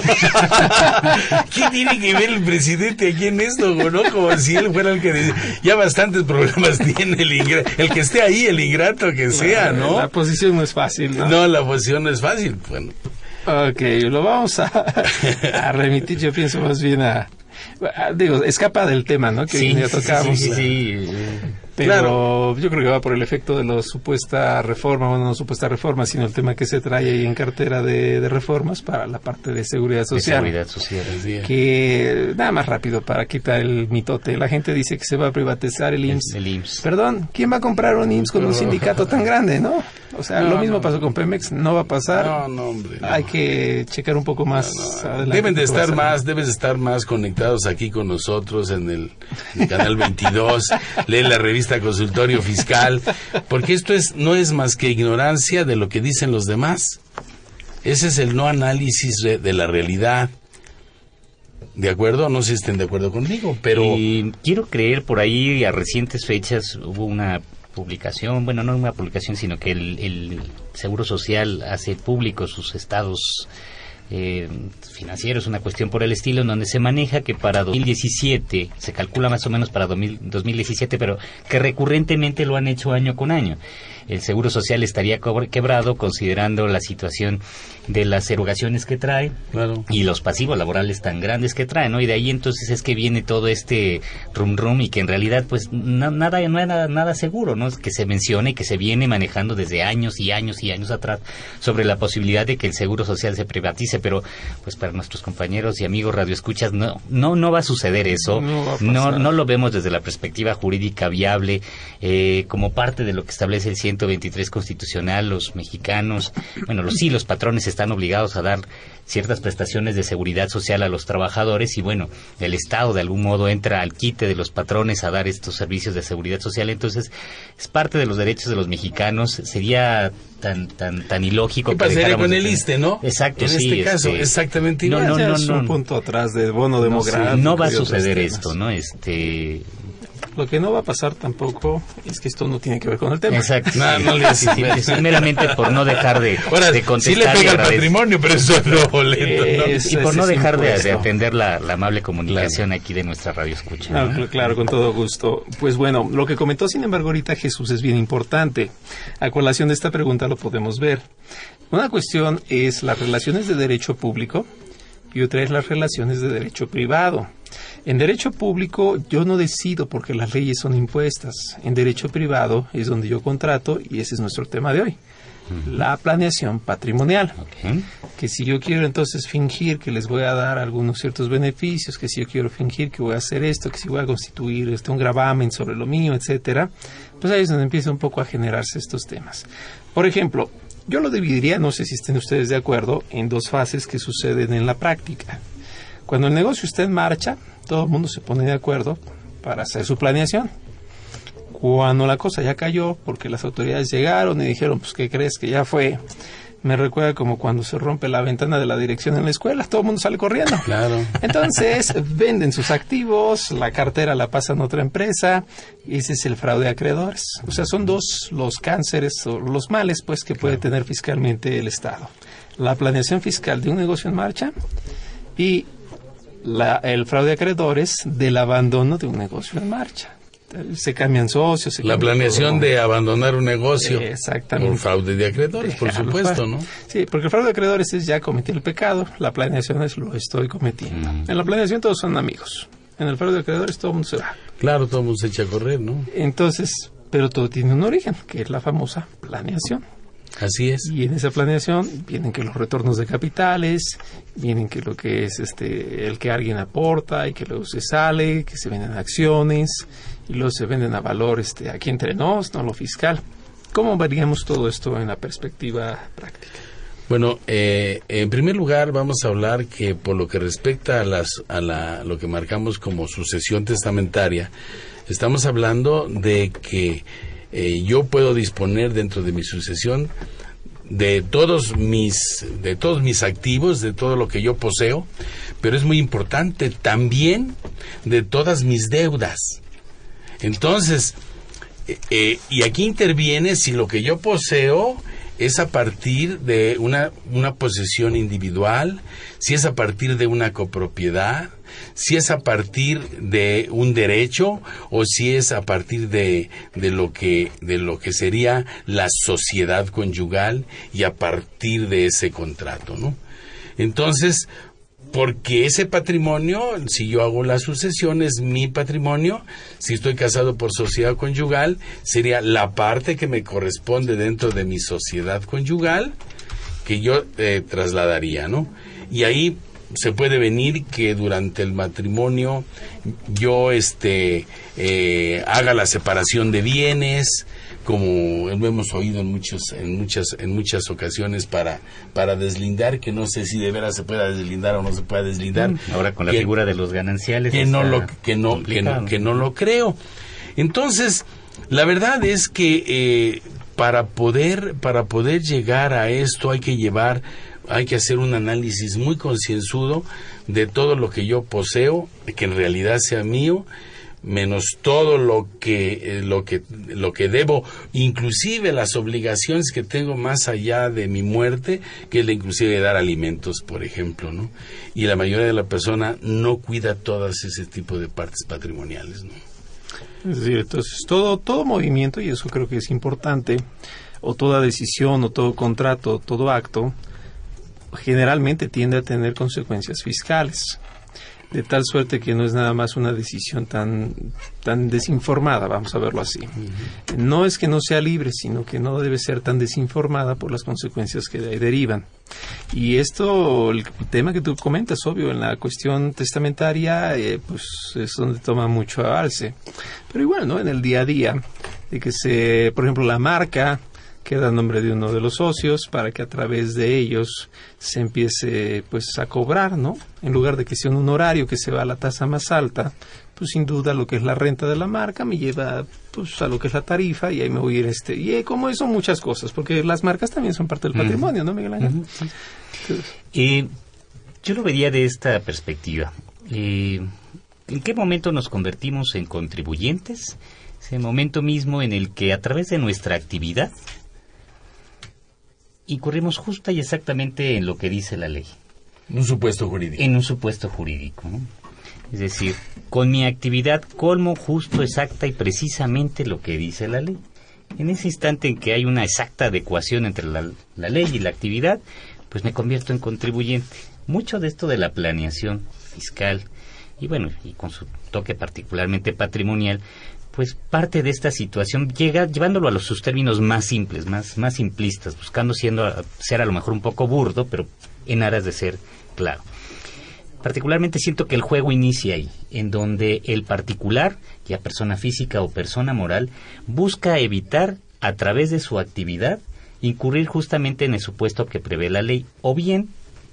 ¿Qué tiene que ver el presidente aquí en esto, no? Como si él fuera el que dice, ya bastantes problemas tiene el ingrato, el que esté ahí, el ingrato que sea, ¿no? La posición no es fácil, ¿no? No, la posición no es fácil. Bueno. Ok, lo vamos a, a remitir, yo pienso más bien a... Digo, escapa del tema, ¿no? Que sí, ya tocábamos. Sí, sí, sí, sí. Pero Claro. yo creo que va por el efecto de la supuesta reforma, bueno, no supuesta reforma, sino el tema que se trae ahí en cartera de, de reformas para la parte de seguridad social. De seguridad social. Sí. Que, nada más rápido para quitar el mitote. La gente dice que se va a privatizar el I M S S. El, el I M S S. Perdón, ¿quién va a comprar un I M S S con un sindicato tan grande, no? O sea, No, lo mismo no. pasó con Pemex, no va a pasar. No, no, hombre. no. Hay que checar un poco más No, no. adelante. Deben de qué va a estar pasar. más, deben de estar más conectados aquí con nosotros en el, en el canal veintidós, lee la revista Consultorio Fiscal, porque esto es no es más que ignorancia de lo que dicen los demás. Ese es el no análisis de, de la realidad. ¿De acuerdo? No sé si estén de acuerdo conmigo, pero... Y quiero creer, por ahí a recientes fechas hubo una publicación, bueno, no una publicación, sino que el, el Seguro Social hace público sus estados eh, financieros, una cuestión por el estilo, en donde se maneja que para dos mil diecisiete, se calcula más o menos para dos mil diecisiete, pero que recurrentemente lo han hecho año con año. El Seguro Social estaría quebrado considerando la situación de las erogaciones que trae, claro, y los pasivos laborales tan grandes que trae, ¿no? Y de ahí entonces es que viene todo este rum rum y que en realidad pues na, nada no era nada seguro, ¿no? Que se menciona y que se viene manejando desde años y años y años atrás sobre la posibilidad de que el Seguro Social se privatice, pero pues para nuestros compañeros y amigos radioescuchas no no no va a suceder eso. No, va a no, pasar. no lo vemos desde la perspectiva jurídica viable, eh, como parte de lo que establece el ciento veintitrés constitucional. Los mexicanos, bueno, los sí, los patrones están obligados a dar ciertas prestaciones de seguridad social a los trabajadores y bueno, el Estado de algún modo entra al quite de los patrones a dar estos servicios de seguridad social. Entonces es parte de los derechos de los mexicanos. Sería tan tan tan ilógico ¿Qué que pasaría dejáramos con de el tener- ISSSTE, no? Exacto, En sí, este caso, este, exactamente no, igual. no, Ya no, es no, un punto atrás del bono demográfico. no va a y otros suceder temas. esto, ¿no? Este Lo que no va a pasar tampoco es que esto no tiene que ver con el tema. Exacto. No, no le Sí, sí, sí, es meramente por no dejar de, Ahora, de sí contestar. le y pega al agradezco. patrimonio, pero eso es lo lento, ¿no? Es- Y por ese no es dejar de, de impuesto. atender la, la amable comunicación aquí de nuestra radio escucha. Ah, ¿no? cl- claro, con todo gusto. Pues bueno, lo que comentó sin embargo ahorita Jesús es bien importante. A colación de esta pregunta lo podemos ver. Una cuestión es las relaciones de derecho público y otra es las relaciones de derecho privado. En derecho público yo no decido porque las leyes son impuestas. En derecho privado es donde yo contrato y ese es nuestro tema de hoy. La planeación patrimonial. Ok. Que si yo quiero entonces fingir que les voy a dar algunos ciertos beneficios, que si yo quiero fingir que voy a hacer esto, que si voy a constituir este un gravamen sobre lo mío, etcétera, pues ahí es donde empieza un poco a generarse estos temas. Por ejemplo, yo lo dividiría, no sé si estén ustedes de acuerdo, en dos fases que suceden en la práctica. Cuando el negocio está en marcha, todo el mundo se pone de acuerdo para hacer su planeación. Cuando la cosa ya cayó, porque las autoridades llegaron y dijeron, pues, ¿qué crees que ya fue? Me recuerda como cuando se rompe la ventana de la dirección en la escuela, todo el mundo sale corriendo. Claro. Entonces, venden sus activos, la cartera la pasan a otra empresa, y ese es el fraude a acreedores. O sea, son dos los cánceres o los males, pues, que puede tener fiscalmente el Estado. La planeación fiscal de un negocio en marcha y la, el fraude a acreedores del abandono de un negocio en marcha. Se cambian socios. Se La cambia planeación todo. de abandonar un negocio. Exactamente. Por fraude de acreedores, por Dejarlo supuesto, fuera. ¿no? Sí, porque el fraude de acreedores es ya cometí el pecado, la planeación es lo estoy cometiendo. Mm. En la planeación todos son amigos. En el fraude de acreedores todo el mundo se va. Claro, todo el mundo se echa a correr, ¿no? Entonces, pero todo tiene un origen, que es la famosa planeación. Así es. Y en esa planeación vienen que los retornos de capitales, vienen que lo que es este el que alguien aporta y que luego se sale, que se venden acciones y luego se venden a valor este aquí entre nos, no lo fiscal. ¿Cómo veríamos todo esto en la perspectiva práctica? Bueno, eh, en primer lugar vamos a hablar que por lo que respecta a las a la lo que marcamos como sucesión testamentaria, estamos hablando de que eh, yo puedo disponer dentro de mi sucesión de todos mis de todos mis activos, de todo lo que yo poseo, pero es muy importante también de todas mis deudas. Entonces, eh, eh, y aquí interviene si lo que yo poseo es a partir de una, una posesión individual, si es a partir de una copropiedad, si es a partir de un derecho o si es a partir de, de lo que, de lo que sería la sociedad conyugal y a partir de ese contrato, ¿no? Entonces, porque ese patrimonio, si yo hago la sucesión, es mi patrimonio. Si estoy casado por sociedad conyugal, sería la parte que me corresponde dentro de mi sociedad conyugal que yo eh, trasladaría, ¿no? Y ahí se puede venir que durante el matrimonio yo este eh, haga la separación de bienes, como lo hemos oído en muchos en muchas en muchas ocasiones para para deslindar, que no sé si de veras se pueda deslindar o no se pueda deslindar. Ahora con la que, figura de los gananciales que no lo que no que no, que no lo creo. Entonces, la verdad es que eh, para poder para poder llegar a esto hay que llevar hay que hacer un análisis muy concienzudo de todo lo que yo poseo, que en realidad sea mío, menos todo lo que eh, lo que lo que debo, inclusive las obligaciones que tengo más allá de mi muerte, que es la inclusive de dar alimentos, por ejemplo, ¿no? Y la mayoría de la persona no cuida todas ese tipo de partes patrimoniales, ¿no? Es decir, entonces todo todo movimiento, y eso creo que es importante, o toda decisión, o todo contrato, o todo acto, generalmente tiende a tener consecuencias fiscales, de tal suerte que no es nada más una decisión tan tan desinformada, vamos a verlo así. Uh-huh. No es que no sea libre, sino que no debe ser tan desinformada por las consecuencias que de ahí derivan. Y esto, el tema que tú comentas, obvio, en la cuestión testamentaria, eh, pues es donde toma mucho avance. Pero igual, ¿no? En el día a día, de que se, por ejemplo, la marca queda a nombre de uno de los socios para que a través de ellos se empiece pues a cobrar, ¿no? En lugar de que sea un honorario que se va a la tasa más alta, pues sin duda lo que es la renta de la marca me lleva pues a lo que es la tarifa y ahí me voy a ir este y eh, como eso muchas cosas, porque las marcas también son parte del patrimonio, ¿no, Miguel Ángel? Uh-huh. Entonces, eh, yo lo vería de esta perspectiva. Eh, ¿En qué momento nos convertimos en contribuyentes? Ese momento mismo en el que a través de nuestra actividad incurrimos justa y exactamente en lo que dice la ley. Un supuesto jurídico. En un supuesto jurídico, ¿no? Es decir, con mi actividad colmo justo, exacta y precisamente lo que dice la ley. En ese instante en que hay una exacta adecuación entre la, la ley y la actividad, pues me convierto en contribuyente. Mucho de esto de la planeación fiscal, y bueno, y con su toque particularmente patrimonial, pues parte de esta situación llega llevándolo a los, sus términos más simples, más, más simplistas, buscando siendo, ser a lo mejor un poco burdo, pero en aras de ser claro. Particularmente siento que el juego inicia ahí, en donde el particular, ya persona física o persona moral, busca evitar, a través de su actividad, incurrir justamente en el supuesto que prevé la ley, o bien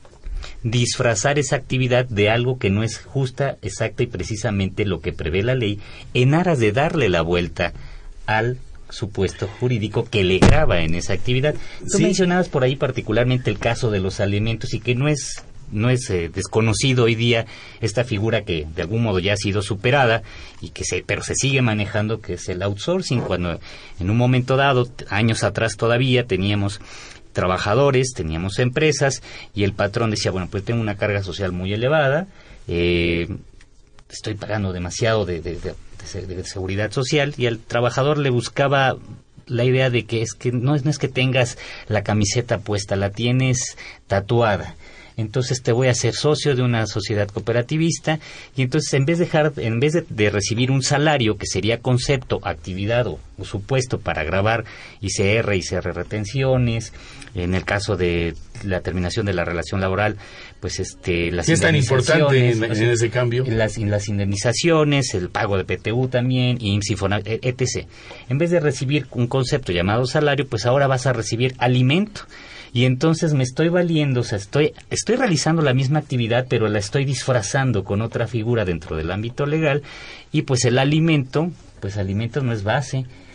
disfrazar esa actividad de algo que no es justa, exacta y precisamente lo que prevé la ley, en aras de darle la vuelta al supuesto jurídico que le grava en esa actividad. Tú sí mencionabas por ahí particularmente el caso de los alimentos, y que no es no es eh, desconocido hoy día esta figura que de algún modo ya ha sido superada y que se pero se sigue manejando, que es el outsourcing, cuando en un momento dado, años atrás todavía, teníamos trabajadores, teníamos empresas y el patrón decía, bueno, pues tengo una carga social muy elevada, eh, estoy pagando demasiado de, de, de, de, de seguridad social, y al trabajador le buscaba la idea de que es que no es, no es que tengas la camiseta puesta, la tienes tatuada. Entonces te voy a hacer socio de una sociedad cooperativista, y entonces en vez de dejar, en vez de, de recibir un salario que sería concepto, actividad o, o supuesto para gravar I C R, I C R retenciones, en el caso de la terminación de la relación laboral, pues este las ¿qué es tan importante en, en ese cambio? Las, las indemnizaciones, el pago de P T U también, I M S S, Infonavit, etcétera. En vez de recibir un concepto llamado salario, pues ahora vas a recibir alimento. Y entonces me estoy valiendo, o sea, estoy, estoy realizando la misma actividad, pero la estoy disfrazando con otra figura dentro del ámbito legal, y pues el alimento, pues alimento no es base,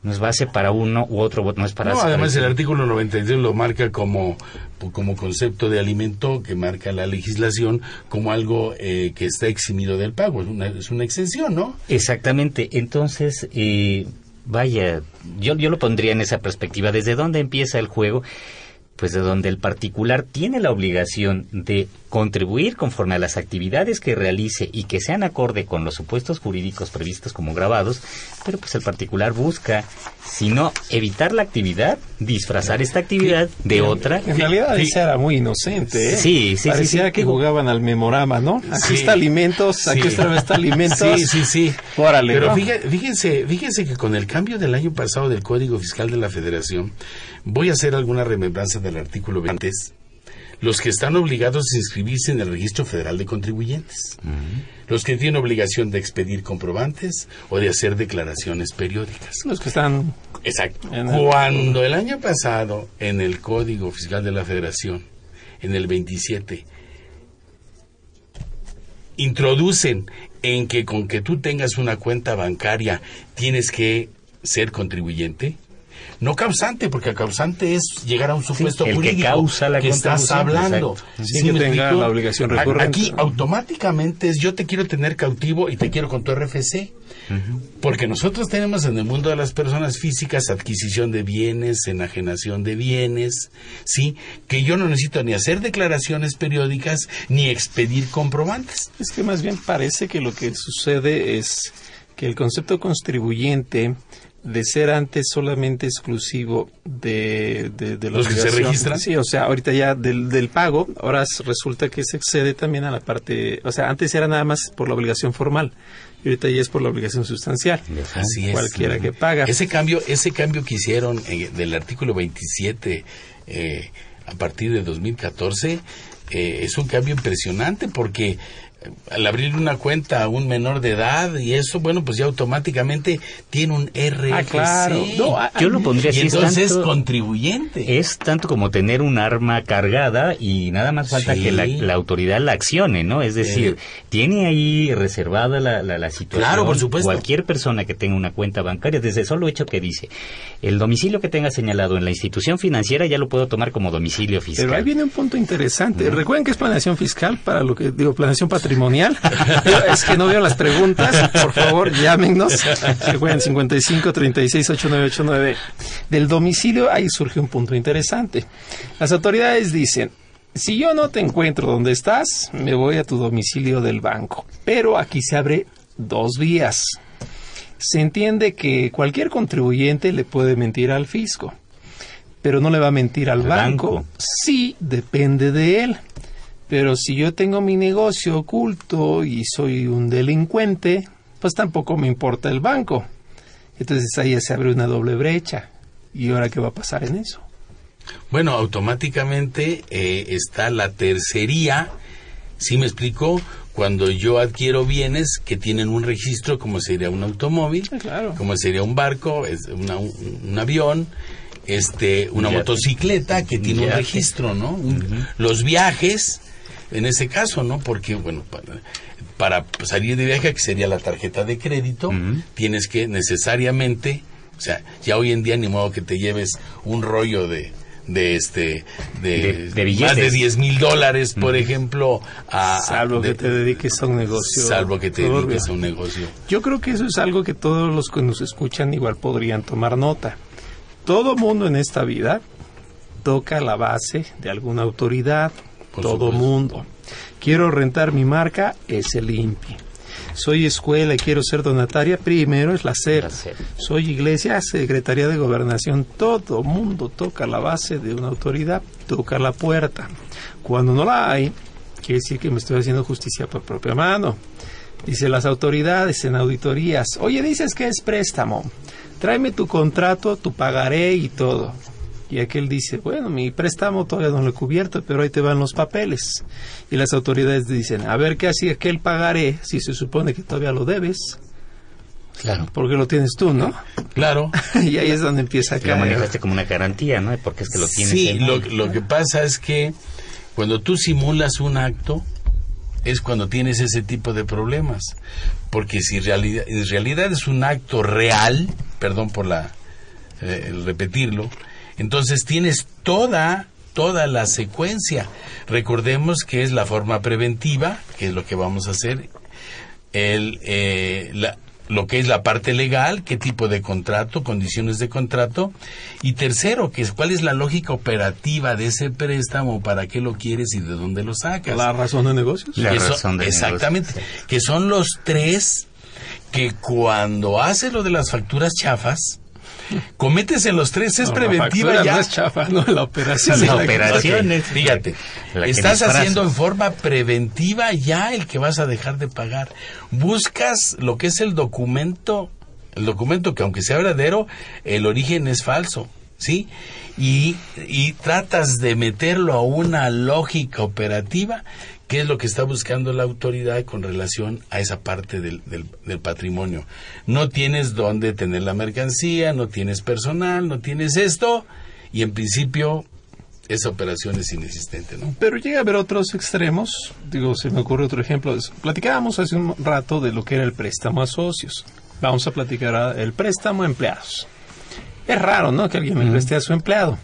No es base para uno u otro, no es para... No, además el artículo noventa y tres lo marca como, como concepto de alimento, que marca la legislación como algo eh, que está eximido del pago, es una, es una exención, ¿no? Exactamente, entonces, eh, vaya, yo, yo lo pondría en esa perspectiva. ¿Desde dónde empieza el juego? Pues de donde el particular tiene la obligación de contribuir conforme a las actividades que realice y que sean acorde con los supuestos jurídicos previstos como gravados, pero pues el particular busca, si no evitar la actividad, disfrazar esta actividad de otra. En realidad esa era muy inocente, ¿eh? Sí, sí, Parecía sí, sí. que jugaban al memorama, ¿no? Aquí Sí. está alimentos, aquí Sí. está, está alimentos. Sí, sí, sí. Órale, Pero ¿no? fíjense, fíjense, fíjense que con el cambio del año pasado del Código Fiscal de la Federación, voy a hacer alguna remembranza del artículo veinte. Los que están obligados a inscribirse en el Registro Federal de Contribuyentes. Uh-huh. Los que tienen obligación de expedir comprobantes o de hacer declaraciones periódicas. Los que están... Exacto. El... Cuando el año pasado, en el Código Fiscal de la Federación, en el veintisiete, introducen en que con que tú tengas una cuenta bancaria tienes que ser contribuyente, no causante, porque el causante es llegar a un supuesto sí, el jurídico que causa la que estás hablando. Sí, sí, que tenga la obligación recurrente. Aquí automáticamente es yo te quiero tener cautivo y te quiero con tu R F C. Uh-huh. Porque nosotros tenemos en el mundo de las personas físicas adquisición de bienes, enajenación de bienes, sí, que yo no necesito ni hacer declaraciones periódicas ni expedir comprobantes. Es que más bien parece que lo que sucede es que el concepto contribuyente, de ser antes solamente exclusivo de, de, de la los que se registran. Sí, o sea, ahorita ya del, del pago, ahora resulta que se excede también a la parte, o sea, antes era nada más por la obligación formal, y ahorita ya es por la obligación sustancial. Así es. Cualquiera que paga. Ese cambio, ese cambio que hicieron eh, del artículo veintisiete eh, a partir de dos mil catorce eh, es un cambio impresionante porque al abrir una cuenta a un menor de edad y eso, bueno, pues ya automáticamente tiene un R F C. Ah, claro. No, a, yo lo pondría así. Y entonces es tanto, contribuyente. Es tanto como tener un arma cargada y nada más falta sí. que la, la autoridad la accione, ¿no? Es decir, sí. tiene ahí reservada la, la, la situación. Claro, por supuesto. Cualquier persona que tenga una cuenta bancaria, desde el solo hecho que dice, el domicilio que tenga señalado en la institución financiera ya lo puedo tomar como domicilio fiscal. Pero ahí viene un punto interesante. ¿No? Recuerden que es planeación fiscal para lo que digo, planeación patrimonial. Es que no veo las preguntas, por favor, llámenos. Recuerden, cincuenta y cinco, treinta y seis, ochenta y nueve ochenta y nueve. Del domicilio, ahí surge un punto interesante. Las autoridades dicen, si yo no te encuentro donde estás, me voy a tu domicilio del banco. Pero aquí se abre dos vías. Se entiende que cualquier contribuyente le puede mentir al fisco, pero no le va a mentir al banco. banco. Sí, depende de él. Pero si yo tengo mi negocio oculto y soy un delincuente, pues tampoco me importa el banco. Entonces ahí ya se abre una doble brecha. ¿Y ahora qué va a pasar en eso? Bueno, automáticamente eh, está la tercería, ¿sí me explico? Cuando yo adquiero bienes que tienen un registro, como sería un automóvil, claro. como sería un barco, es una, un, un avión, este, una ya motocicleta que tiene un registro, ¿no? Un, uh-huh. Los viajes, en ese caso, ¿no? Porque, bueno, para, para salir de viaje, que sería la tarjeta de crédito, uh-huh. tienes que necesariamente, o sea, ya hoy en día ni modo que te lleves un rollo de de este de, de, de más de diez mil dólares, por uh-huh. ejemplo, a, salvo de, que te dediques a un negocio. Salvo que te dediques a un negocio. Yo creo que eso es algo que todos los que nos escuchan igual podrían tomar nota. Todo mundo en esta vida toca la base de alguna autoridad. Por todo supuesto. Mundo. Quiero rentar mi marca, es el I N P I. Soy escuela y quiero ser donataria, primero es la SEP. La SEP. Soy iglesia, Secretaría de Gobernación. Todo mundo toca la base de una autoridad, toca la puerta. Cuando no la hay, quiere decir que me estoy haciendo justicia por propia mano. Dice las autoridades en auditorías, oye, dices que es préstamo, tráeme tu contrato, tu pagaré y todo. Y aquel dice, bueno, mi préstamo todavía no lo he cubierto, pero ahí te van los papeles. Y las autoridades dicen, a ver, ¿qué hace aquel pagaré si se supone que todavía lo debes? Claro. Porque lo tienes tú, ¿no? Claro. Y ahí es donde empieza a caer. Lo manejaste como una garantía, ¿no? Porque es que lo tienes. Sí, lo, lo que pasa es que cuando tú simulas un acto, es cuando tienes ese tipo de problemas. Porque si realidad, en realidad es un acto real, perdón por la eh, el repetirlo. Entonces tienes toda, toda la secuencia. Recordemos que es la forma preventiva, que es lo que vamos a hacer, el, eh, la, lo que es la parte legal, qué tipo de contrato, condiciones de contrato, y tercero, que es cuál es la lógica operativa de ese préstamo, para qué lo quieres y de dónde lo sacas. La razón de negocios. La Eso, razón de exactamente, negocios. que son los tres que cuando haces lo de las facturas chafas, cometes en los tres, es No, preventiva la ya. no es chafa, no, la operación. La es la operación es- Fíjate, la que estás disfrazas. haciendo en forma preventiva ya el que vas a dejar de pagar. Buscas lo que es el documento, el documento que aunque sea verdadero, el origen es falso, ¿sí? Y, y tratas de meterlo a una lógica operativa, que es lo que está buscando la autoridad con relación a esa parte del, del, del patrimonio. No tienes dónde tener la mercancía, no tienes personal, no tienes esto, y en principio esa operación es inexistente, ¿no? Pero llega a haber otros extremos. Digo, se me ocurre otro ejemplo. Es- Platicábamos hace un rato de lo que era el préstamo a socios. Vamos a platicar a- el préstamo a empleados. Es raro, ¿no?, que alguien le preste a su empleado.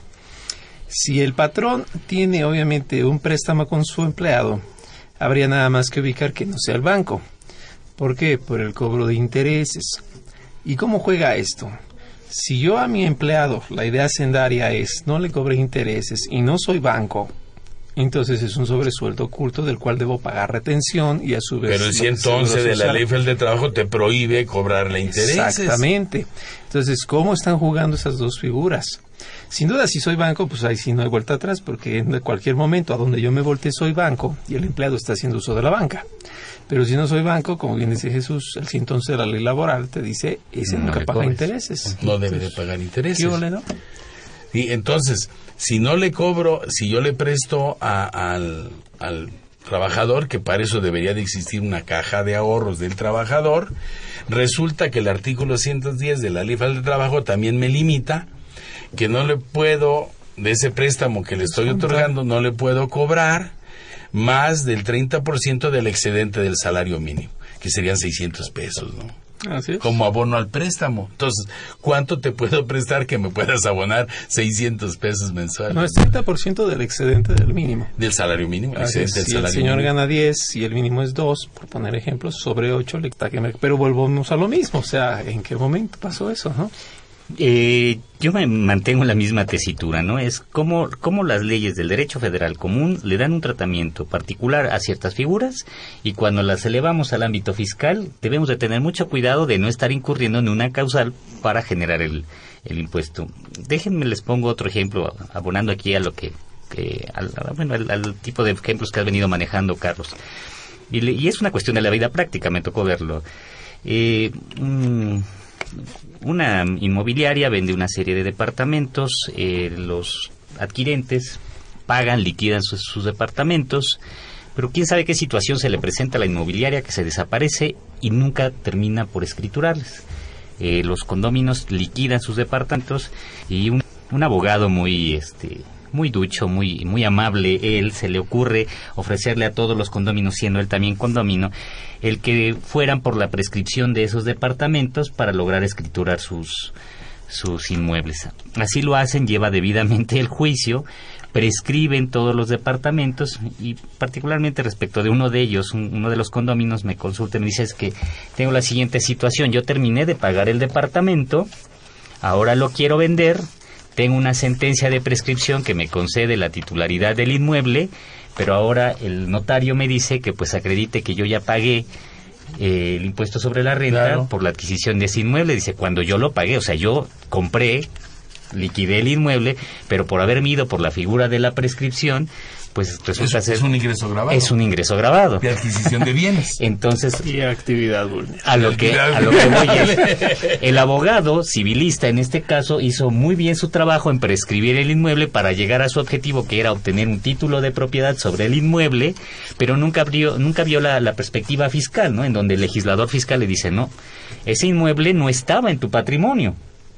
Si el patrón tiene, obviamente, un préstamo con su empleado, habría nada más que ubicar que no sea el banco. ¿Por qué? Por el cobro de intereses. ¿Y cómo juega esto? Si yo a mi empleado, la idea hacendaria es no le cobre intereses y no soy banco, entonces es un sobresueldo oculto del cual debo pagar retención y a su vez... Pero el lo- ciento once Seguro de la Social. Ley Federal de Trabajo te prohíbe cobrarle intereses. Exactamente. Entonces, ¿cómo están jugando esas dos figuras? Sin duda, si soy banco, pues ahí sí no hay vuelta atrás, porque en cualquier momento a donde yo me voltee soy banco y el empleado está haciendo uso de la banca. Pero si no soy banco, como bien dice Jesús, el ciento once de la ley laboral te dice, ese No nunca le paga cobres. intereses. No debe de pagar intereses. ¿Qué ole, no? Y entonces, si no le cobro, si yo le presto a- al, al trabajador, que para eso debería de existir una caja de ahorros del trabajador, resulta que el artículo ciento diez de la Ley Federal del Trabajo también me limita que no le puedo, de ese préstamo que le estoy otorgando, no le puedo cobrar más del treinta por ciento del excedente del salario mínimo, que serían seiscientos pesos, ¿no? Así es. Como abono al préstamo. Entonces, ¿cuánto te puedo prestar que me puedas abonar seiscientos pesos mensuales? No, es treinta por ciento del excedente del mínimo. Del salario mínimo. Así es. excedente del Si el salario señor mínimo. gana diez y el mínimo es dos, por poner ejemplos, sobre ocho le está que me- Pero volvemos a lo mismo, o sea, ¿en qué momento pasó eso, no? Eh, yo me mantengo en la misma tesitura, ¿no? Es como, como las leyes del derecho federal común le dan un tratamiento particular a ciertas figuras y cuando las elevamos al ámbito fiscal debemos de tener mucho cuidado de no estar incurriendo en una causal para generar el, el impuesto. Déjenme les pongo otro ejemplo, abonando aquí a lo que, que al, a- bueno, al, al tipo de ejemplos que has venido manejando, Carlos. Y, le- y es una cuestión de la vida práctica, me tocó verlo. Eh, mm, una inmobiliaria vende una serie de departamentos, eh, los adquirentes pagan, liquidan sus, sus departamentos, pero quién sabe qué situación se le presenta a la inmobiliaria que se desaparece y nunca termina por escriturarles. Eh, los condóminos liquidan sus departamentos y un, un abogado muy este muy ducho, muy muy amable, él se le ocurre ofrecerle a todos los condóminos, siendo él también condómino, el que fueran por la prescripción de esos departamentos para lograr escriturar sus sus inmuebles. Así lo hacen, lleva debidamente el juicio, prescriben todos los departamentos y particularmente respecto de uno de ellos, un, uno de los condóminos me consulta y me dice: es que tengo la siguiente situación, yo terminé de pagar el departamento, ahora lo quiero vender, tengo una sentencia de prescripción que me concede la titularidad del inmueble, pero ahora el notario me dice que pues acredite que yo ya pagué eh, el impuesto sobre la renta Claro. por la adquisición de ese inmueble. Dice, cuando yo lo pagué, o sea, yo compré, liquidé el inmueble, pero por haberme ido por la figura de la prescripción, pues resulta Es, ser... es un ingreso grabado. Es un ingreso grabado. De adquisición de bienes. Entonces, Y actividad vulnerable. a lo que a lo que voy es, el abogado civilista en este caso hizo muy bien su trabajo en prescribir el inmueble para llegar a su objetivo, que era obtener un título de propiedad sobre el inmueble, pero nunca vio nunca vio la, la perspectiva fiscal, ¿no? En donde el legislador fiscal le dice, no, ese inmueble no estaba en tu patrimonio.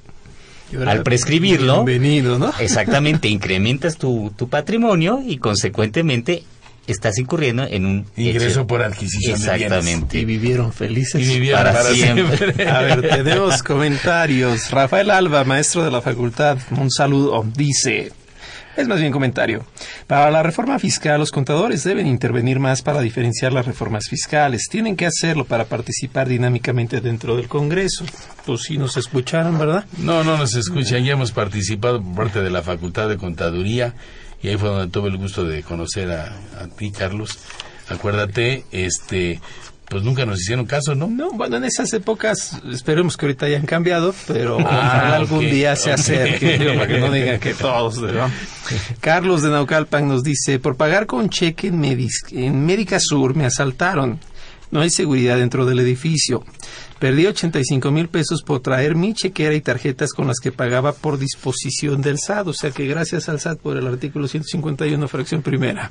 Al prescribirlo, bienvenido, ¿no? exactamente, incrementas tu, tu patrimonio y consecuentemente estás incurriendo en un ingreso hecho. por adquisición de bienes. Exactamente. Y vivieron felices. Y vivieron para, para siempre. siempre. A ver, tenemos comentarios. Rafael Alba, maestro de la facultad, un saludo. Dice, es más bien comentario. Para la reforma fiscal, los contadores deben intervenir más para diferenciar las reformas fiscales. Tienen que hacerlo para participar dinámicamente dentro del Congreso. Pues sí nos escucharon, ¿verdad? No, no nos escuchan. Ya hemos participado por parte de la Facultad de Contaduría y ahí fue donde tuve el gusto de conocer a, a ti, Carlos. Acuérdate, este... pues nunca nos hicieron caso, ¿no? No, bueno, en esas épocas esperemos que ahorita hayan cambiado, pero ah, algún okay, día se okay. acerque, digo, para que no digan que todos, ¿no? Carlos de Naucalpan nos dice, por pagar con cheque en, Medis, en Médica Sur me asaltaron. No hay seguridad dentro del edificio. Perdí ochenta y cinco mil pesos por traer mi chequera y tarjetas con las que pagaba por disposición del S A T. O sea que gracias al S A T por el artículo ciento cincuenta y uno, fracción primera.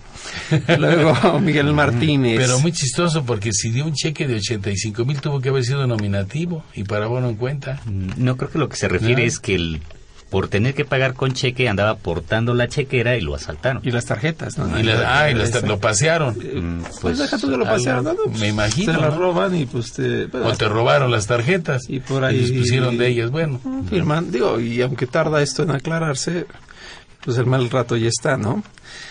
Luego Miguel Martínez. Pero muy chistoso porque si dio un cheque de ochenta y cinco mil tuvo que haber sido nominativo y para bono en cuenta. No, creo que lo que se refiere ¿No? es que el... por tener que pagar con cheque, andaba portando la chequera y lo asaltaron. Y las tarjetas, ¿no? Y la, ah, y las, lo pasearon. Mm, pues, pues deja tú que lo pasearon, ¿no? Pues, me imagino. Te las ¿no? roban y pues te... Pues, o te robaron las tarjetas. Y por ahí... Y dispusieron de ellas, bueno. Firman, digo, y aunque tarda esto en aclararse, pues el mal rato ya está, ¿no?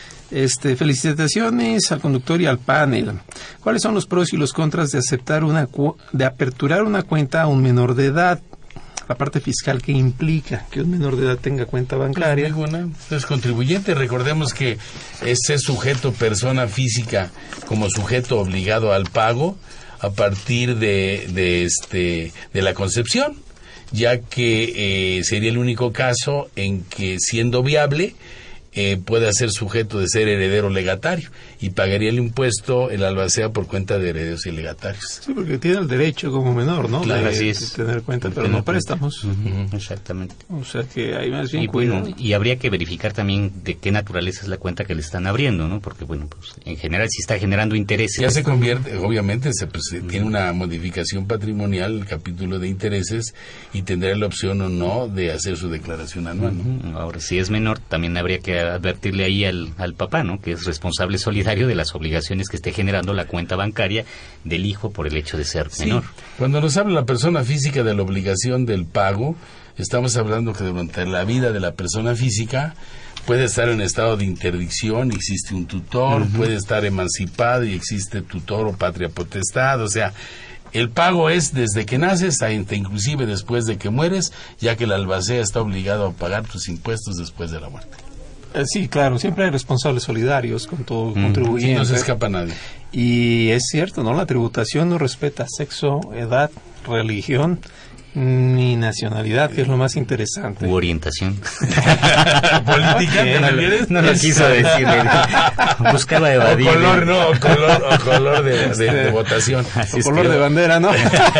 Este, felicitaciones al conductor y al panel. ¿Cuáles son los pros y los contras de aceptar una cu- de aperturar una cuenta a un menor de edad? La parte fiscal que implica que un menor de edad tenga cuenta bancaria. Pues, bueno, es contribuyente. Recordemos que ese sujeto, persona física, como sujeto obligado al pago a partir de, de este de la concepción, ya que eh, sería el único caso en que, siendo viable, eh, pueda ser sujeto de ser heredero legatario y pagaría el impuesto el albacea por cuenta de herederos y legatarios. Sí, porque tiene el derecho como menor, ¿no? Claro, de, así es. de tener cuenta, de pero tener no préstamos. Uh-huh, exactamente. O sea que hay más bien y, cuidado. bueno, y habría que verificar también de qué naturaleza es la cuenta que le están abriendo, ¿no? Porque, bueno, pues en general si está generando intereses... Ya se convierte, obviamente, se pues, uh-huh. tiene una modificación patrimonial, el capítulo de intereses, y tendrá la opción o no de hacer su declaración anual, ¿no? Uh-huh. Ahora, si es menor, también habría que advertirle ahí al, al papá, ¿no? Que es responsable solidario de las obligaciones que esté generando la cuenta bancaria del hijo por el hecho de ser sí. menor. Cuando nos habla la persona física de la obligación del pago, estamos hablando que durante la vida de la persona física puede estar en estado de interdicción, existe un tutor, uh-huh. puede estar emancipado y existe tutor o patria potestad, o sea, el pago es desde que naces hasta inclusive después de que mueres, ya que el albacea está obligado a pagar tus impuestos después de la muerte. Sí, claro, siempre hay responsables solidarios con todo mm, contribuyente. No se escapa nadie. Y es cierto, ¿no? La tributación no respeta sexo, edad, religión, ni nacionalidad, que es lo más interesante. U orientación. ¿Política? ¿Te no, lo, no lo quiso decir. Buscaba evadir. O color, no, o color, o color de, de, de votación. Así o color que... de bandera, ¿no?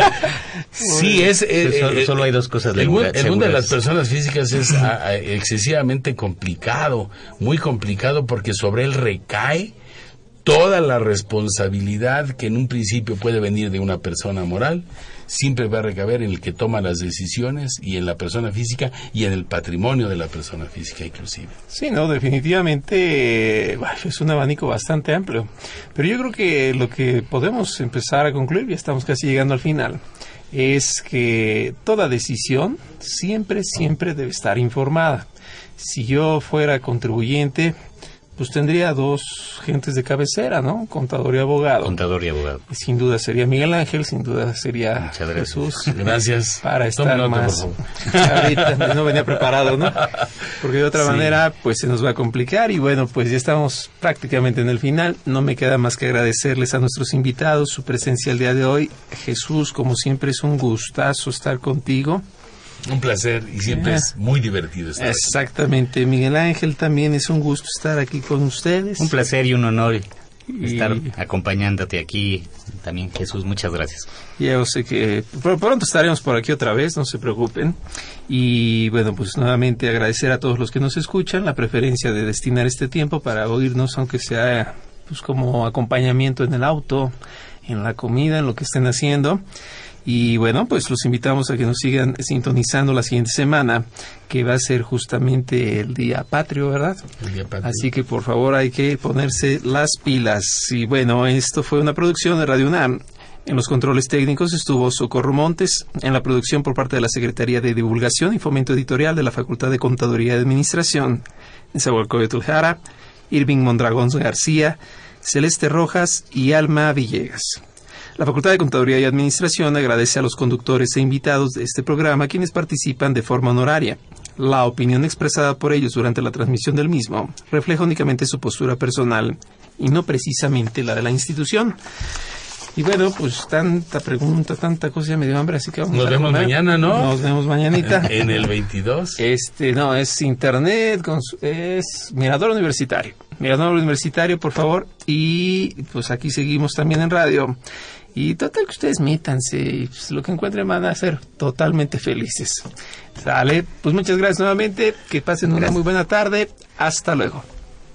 Sí, es... Eh, solo, eh, solo hay dos cosas. El, mundo, el mundo de las personas físicas es a, a, excesivamente complicado, muy complicado, porque sobre él recae toda la responsabilidad que en un principio puede venir de una persona moral, siempre va a recaer en el que toma las decisiones y en la persona física y en el patrimonio de la persona física inclusive. Sí, no, definitivamente eh, es un abanico bastante amplio, pero yo creo que lo que podemos empezar a concluir, ya estamos casi llegando al final, es que toda decisión siempre, siempre debe estar informada. Si yo fuera contribuyente, pues tendría dos gentes de cabecera, ¿no? Contador y abogado. Contador y abogado. Y sin duda sería Miguel Ángel, sin duda sería Jesús. Gracias. Para estar nota, más... Ahorita no venía preparado, ¿no? Porque de otra sí. manera, pues se nos va a complicar. Y bueno, pues ya estamos prácticamente en el final. No me queda más que agradecerles a nuestros invitados su presencia el día de hoy. Jesús, como siempre, es un gustazo estar contigo. Un placer y siempre yeah. es muy divertido estar Exactamente. Aquí. Miguel Ángel, también es un gusto estar aquí con ustedes. Un placer y un honor y... estar acompañándote aquí. También, Jesús, muchas gracias. Ya yo sé que pronto estaremos por aquí otra vez, no se preocupen. Y bueno, pues nuevamente agradecer a todos los que nos escuchan la preferencia de destinar este tiempo para oírnos, aunque sea pues como acompañamiento en el auto, en la comida, en lo que estén haciendo. Y bueno, pues los invitamos a que nos sigan sintonizando la siguiente semana, que va a ser justamente el Día Patrio, ¿verdad? El Día Patrio. Así que por favor hay que ponerse las pilas. Y bueno, esto fue una producción de Radio UNAM. En los controles técnicos estuvo Socorro Montes, en la producción por parte de la Secretaría de Divulgación y Fomento Editorial de la Facultad de Contaduría y Administración, Nezahualcóyotl Jara, Irving Mondragón García, Celeste Rojas y Alma Villegas. La Facultad de Contaduría y Administración agradece a los conductores e invitados de este programa quienes participan de forma honoraria. La opinión expresada por ellos durante la transmisión del mismo refleja únicamente su postura personal y no precisamente la de la institución. Y bueno, pues tanta pregunta, tanta cosa, ya me dio hambre, así que vamos Nos a vemos comer. mañana, ¿no? Nos vemos mañanita. En, en el veintidós. Este, no, es internet, con su- es Mirador Universitario. Mirador Universitario, por favor. Y pues aquí seguimos también en radio. Y total que ustedes métanse y pues, lo que encuentren van a ser totalmente felices. Sale, pues muchas gracias nuevamente, que pasen una muy buena tarde. Hasta luego.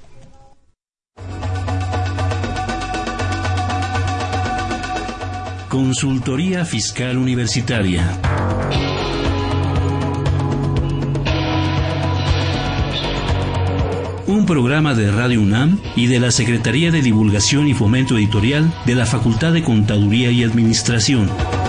Consultoría Fiscal Universitaria. Un programa de Radio UNAM y de la Secretaría de Divulgación y Fomento Editorial de la Facultad de Contaduría y Administración.